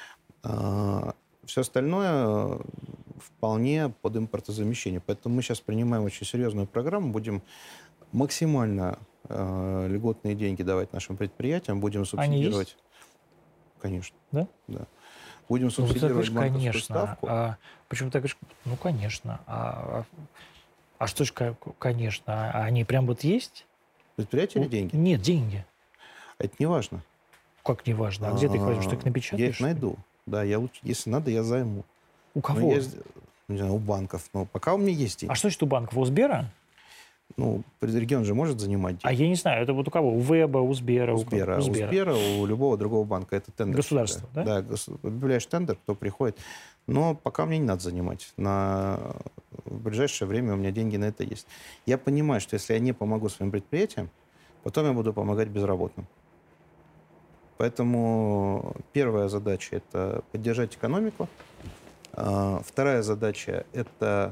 Все остальное вполне под импортозамещение. Поэтому мы сейчас принимаем очень серьезную программу, будем максимально льготные деньги давать нашим предприятиям, будем субсидировать. Они есть? Конечно. Да? Да. Будем Ну, субсидировать ты банковскую конечно. ставку. Почему ты говоришь, ну, конечно. Что ж, конечно? Они прям вот есть? Предприятие или деньги? Нет, деньги. Это не важно. Как не важно? А где ты их возьмешь? Ты их напечатаешь? Я их найду. Да, если надо, я займу. У кого? Не знаю, у банков. Но пока у меня есть деньги. А что значит у банков? У Сбера? Ну, регион же может занимать деньги. А я не знаю, это вот у кого? У Веба, у Сбера? У Сбера, у любого другого банка. Это тендер. Государство, да? Да, объявляешь тендер, кто приходит. Но пока мне не надо занимать. В ближайшее время у меня деньги на это есть. Я понимаю, что если я не помогу своим предприятиям, потом я буду помогать безработным. Поэтому первая задача – это поддержать экономику. Вторая задача – это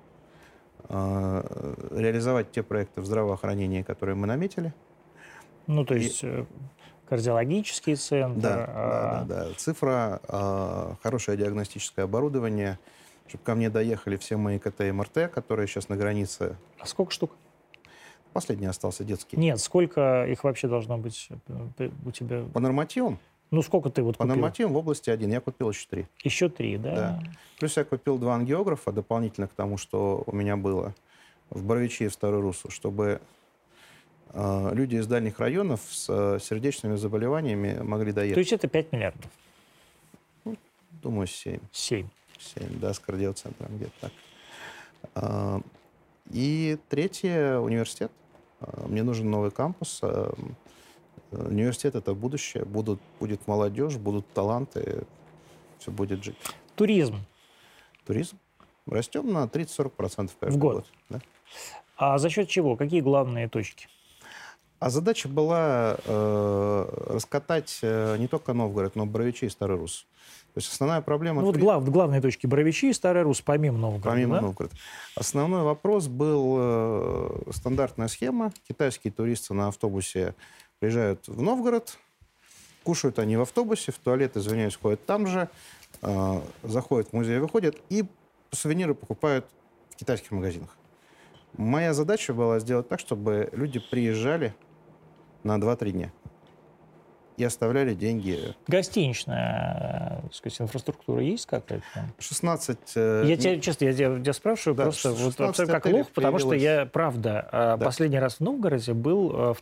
реализовать те проекты в здравоохранении, которые мы наметили. Ну, то есть кардиологический центр. Да. Цифра, хорошее диагностическое оборудование, чтобы ко мне доехали все мои КТ и МРТ, которые сейчас на границе. А сколько штук? Последний остался детский. Нет, сколько их вообще должно быть у тебя? По нормативам? Ну, сколько ты вот По купил? нормативам в области 1. Я купил еще 3. Еще 3, да? Да. Плюс я купил 2 ангиографа, дополнительно к тому, что у меня было в Боровичи и в Старую Руссу, чтобы люди из дальних районов с сердечными заболеваниями могли доехать. То есть это 5 миллиардов? Думаю, 7. 7. 7, да, с кардиоцентром где-то так. И третье — университет. Мне нужен новый кампус. Университет — это будущее. Будет молодежь, будут таланты, все будет жить. Туризм. Туризм. Растем на 30-40% каждый В год. Да? А за счет чего? Какие главные точки? А задача была раскатать не только Новгород, но и Боровичи и Старый Рус. То есть основная проблема... Ну, вот главные точки Боровичи и Старый Рус, помимо Новгорода. Помимо да? Новгорода. Основной вопрос был стандартная схема. Китайские туристы на автобусе приезжают в Новгород, кушают они в автобусе, в туалет, извиняюсь, ходят там же, заходят в музей, выходят и сувениры покупают в китайских магазинах. Моя задача была сделать так, чтобы люди приезжали на 2-3 дня и оставляли деньги. Гостиничная, так сказать, инфраструктура есть какая-то там? 16... Я тебя спрашиваю, Да, просто вот 16 как отелей лох, потому что появилось. я, правда, Да. последний раз в Новгороде был в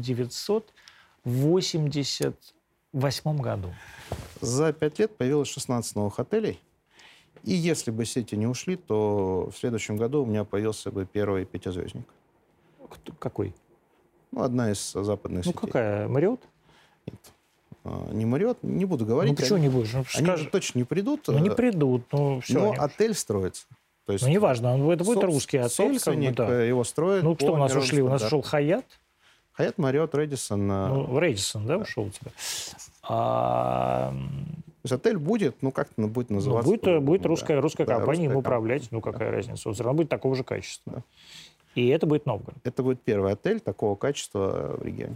1988 году. За 5 лет появилось 16 новых отелей. И если бы сети не ушли, то в следующем году у меня появился бы первый 5-звездник. Какой? Ну, одна из западных Ну, сетей. какая? Мариот? Нет. Не Мариот, не буду говорить. Ну, почему не будешь? Ну, Они скажи. же точно не придут. Ну, не придут. Ну, все. Но отель строится. То есть Ну, неважно, это будет русский отель. Собственник как бы, да. его строит. Ну, кто у нас ушли? У нас ушел Хаят. Хаят, Мариот, Рэдиссон. Ну, Рэдиссон, да, ушел у тебя? То есть отель будет, ну, как-то будет называться. Будет русская компания им русская управлять. Ну, какая разница? Он все равно будет такого же качества. Да. И это будет Новгород. Это будет первый отель такого качества в регионе.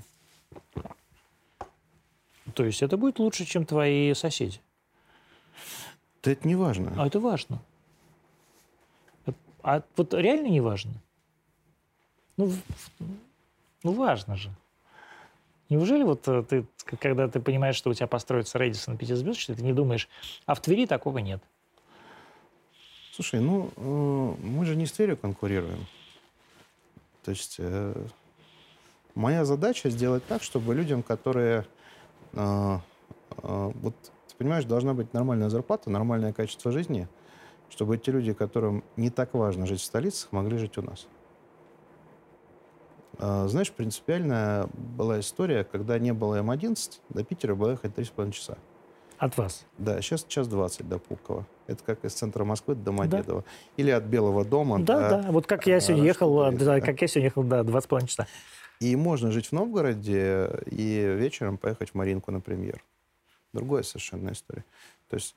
То есть это будет лучше, чем твои соседи. Да это не важно. А это важно. А вот реально не важно? Ну, важно же. Неужели вот ты, когда ты понимаешь, что у тебя построится Рэдиссон 5-звездочный, ты не думаешь, а в Твери такого нет? Слушай, мы же не с Тверью конкурируем. То есть моя задача сделать так, чтобы людям, которые... вот, ты понимаешь, должна быть нормальная зарплата, нормальное качество жизни, чтобы те люди, которым не так важно жить в столицах, могли жить у нас. Знаешь, принципиальная была история, когда не было М11, до Питера было ехать 3,5 часа. От вас? Да, сейчас час 20 до Пулково. Это как из центра Москвы до Домодедово. Или от Белого дома до Вот как я сегодня ехал, Рашфord-Реза, да. как я сегодня ехал, 2,5 часа. И можно жить в Новгороде и вечером поехать в Маринку на премьеру. Другая совершенно история. То есть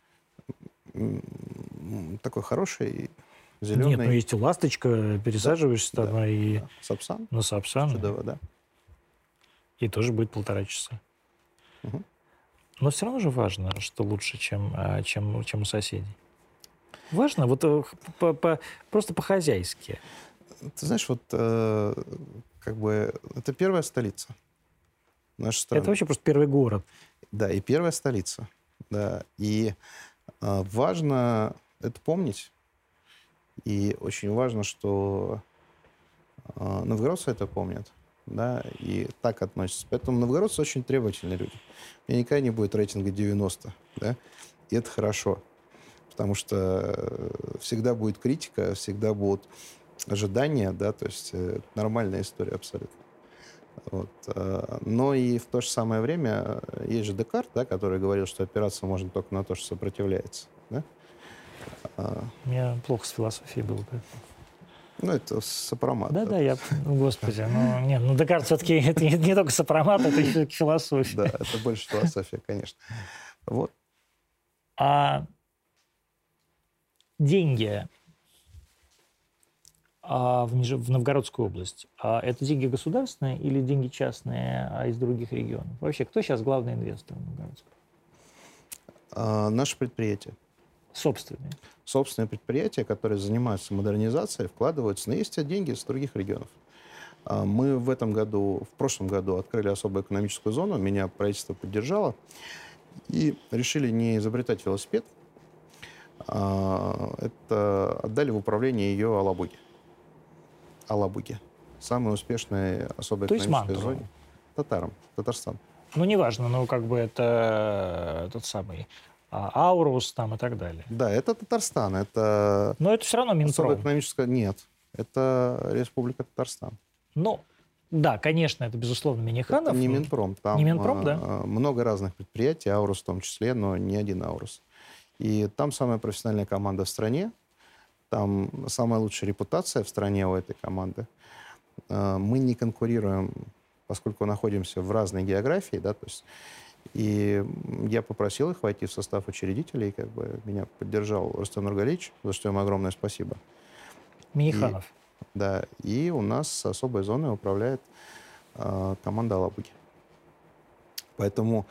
такой хороший зеленый... Нет, ну есть и «Ласточка», пересаживаешься там и... Да. Сапсан. На Сапсан. Чудово, да. И тоже будет 1,5 часа. Угу. Но все равно же важно, что лучше, чем у соседей. Важно, вот просто по-хозяйски. Ты знаешь, вот как бы это первая столица нашей страны. Это вообще просто первый город. Да, и первая столица. Да. И важно это помнить. И очень важно, что новгородцы это помнят. Да, и так относятся. Поэтому новгородцы очень требовательные люди. У меня никогда не будет рейтинга 90. Да? И это хорошо. Потому что всегда будет критика, всегда будут ожидания. Да? То есть нормальная история абсолютно. Вот. Но и в то же самое время есть же Декарт, да, который говорил, что опираться можно только на то, что сопротивляется. Да? У меня плохо с философией было. Ну, это сопромат. Да, я... Господи, Декарт все-таки это не только сопромат, это все-таки философия. Да, это больше философия, конечно. Вот. А деньги в Новгородскую область, это деньги государственные или деньги частные из других регионов? Вообще, кто сейчас главный инвестор в Новгородску? Наше предприятие. Собственные? Собственные предприятия, которые занимаются модернизацией, вкладываются, но есть деньги из других регионов. Мы в прошлом году открыли особую экономическую зону, меня правительство поддержало, и решили не изобретать велосипед, это отдали в управление ее Алабуге. Самой успешной особой экономической зоне. Татарам, Татарстан. Ну, неважно, это тот самый Аурус там и так далее. Да, это Татарстан, это... Но это все равно Минпром. Особая экономическая... Нет, это Республика Татарстан. Ну, да, конечно, это, безусловно, Миниханов. Это не Минпром. Там не Минпром, да? много разных предприятий, Аурус в том числе, но не один Аурус. И там самая профессиональная команда в стране, там самая лучшая репутация в стране у этой команды. Мы не конкурируем, поскольку находимся в разной географии, да, то есть... И я попросил их войти в состав учредителей, как бы меня поддержал Рустем Нургалиевич, за что ему огромное спасибо. Миниханов. Да, и у нас с особой зоной управляет команда Алабуги. Поэтому,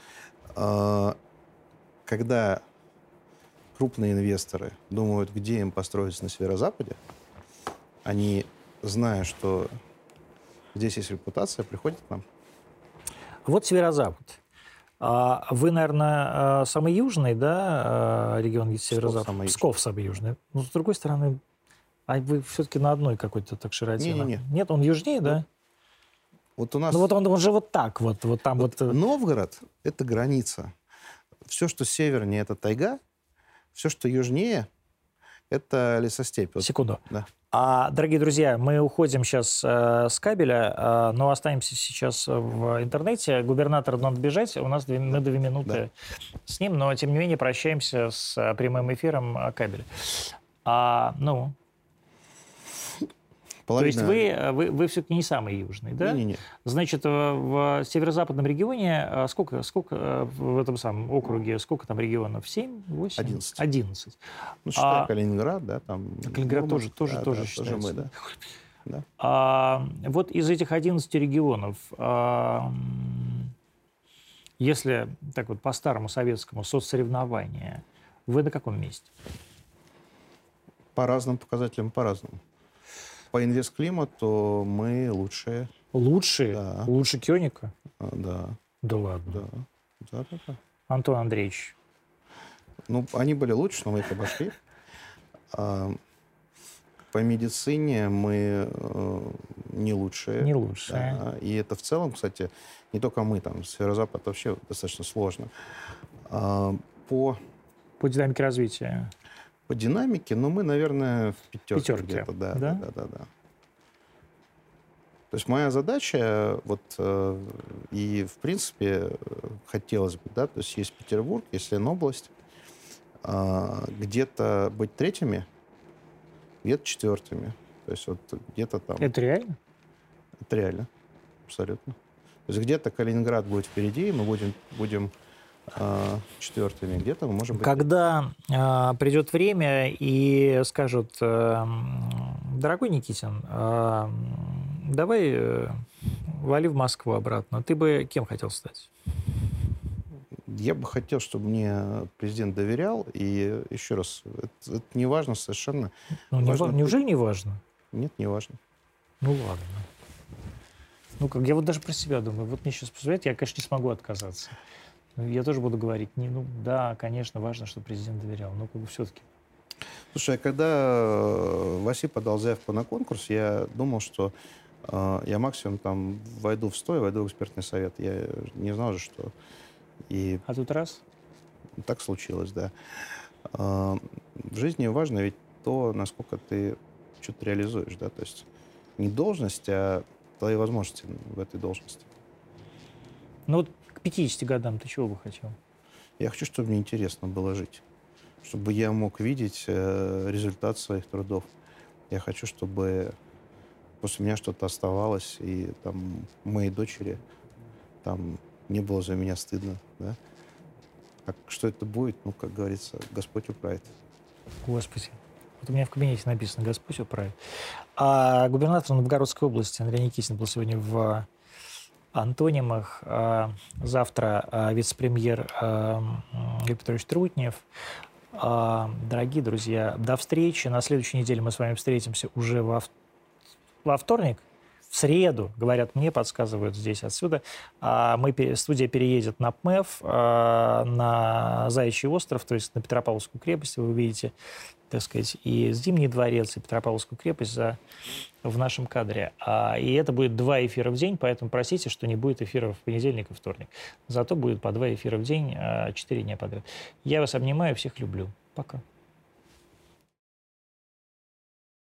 когда крупные инвесторы думают, где им построиться на северо-западе, они, зная, что здесь есть репутация, приходят к нам. Вот северо-запад. Вы, наверное, самый южный, да, регион северо-запад? Псков самый южный. Но, с другой стороны, вы все-таки на одной какой-то так широте. Не. Нет, он южнее, да? Вот у нас... Ну вот он же вот так вот там вот... Новгород — это граница. Все, что севернее, это тайга. Все, что южнее, это лесостепь. Секунду. Да. Дорогие друзья, мы уходим сейчас с кабеля, но останемся сейчас в интернете. Губернатор надо бежать, мы 2 минуты с ним, но тем не менее прощаемся с прямым эфиром кабеля. Половина... То есть вы все-таки не самый южный, да? Не. Значит, в северо-западном регионе сколько в этом самом округе, сколько там регионов? 7, 8? 11. Ну, считая Калининград, да, там... Калининград тоже считается. Тоже мы, да. Вот из этих 11 регионов, если так вот по старому советскому соцсоревнования, вы на каком месте? По разным показателям, по-разному. По инвестклимату мы лучшие. Лучшие? Да. Лучше Кёника? Да. Да ладно? Да. Антон Андреевич. Ну, они были лучше, но мы их обошли. По медицине мы не лучшие. Не лучшие. Да. И это в целом, кстати, не только мы, там, северо-запад вообще достаточно сложно. По динамике развития? По динамике, но мы, наверное, в пятерке. Где-то, да. То То есть моя задача, вот, и, в принципе, хотелось бы, да, то есть Петербург, есть Ленобласть, где-то быть третьими, где-то четвертыми. То есть вот где-то там... Это реально? Это реально, абсолютно. То есть где-то Калининград будет впереди, и мы будем четвертыми, где-то мы можем быть... Когда придет время и скажут, дорогой Никитин, давай вали в Москву обратно, ты бы кем хотел стать? Я бы хотел, чтобы мне президент доверял, и еще раз, это не важно совершенно. Ну, неужели не важно? Нет, не важно. Ну ладно. Ну как, я вот даже про себя думаю, вот мне сейчас позволят, я, конечно, не смогу отказаться. Я тоже буду говорить, да, конечно, важно, чтобы президент доверял, но как бы все-таки. Слушай, а когда Васи подал заявку на конкурс, я думал, что я максимум там войду в строй, войду в экспертный совет. Я не знал же, что... И А тут раз? так случилось, да. В жизни важно ведь то, насколько ты что-то реализуешь, да, то есть не должность, а твои возможности в этой должности. Ну вот к 50 годам ты чего бы хотел? Я хочу, чтобы мне интересно было жить, чтобы я мог видеть результат своих трудов. Я хочу, чтобы после меня что-то оставалось, и там моей дочери там не было за меня стыдно, да. А что это будет, ну, как говорится, Господь управит. Господи. Вот у меня в кабинете написано «Господь управит». А губернатор Новгородской области Андрей Никитин был сегодня в антонимах. Завтра вице-премьер Юрий Петрович Трутнев. Дорогие друзья, до встречи. На следующей неделе мы с вами встретимся уже во вторник. В среду, говорят мне, подсказывают здесь отсюда, студия переедет на ПМЭФ, на Заячий остров, то есть на Петропавловскую крепость, вы увидите, так сказать, и Зимний дворец, и Петропавловскую крепость в нашем кадре. И это будет 2 эфира в день, поэтому простите, что не будет эфиров в понедельник и вторник. Зато будет по 2 эфира в день, 4 дня подряд. Я вас обнимаю, всех люблю. Пока.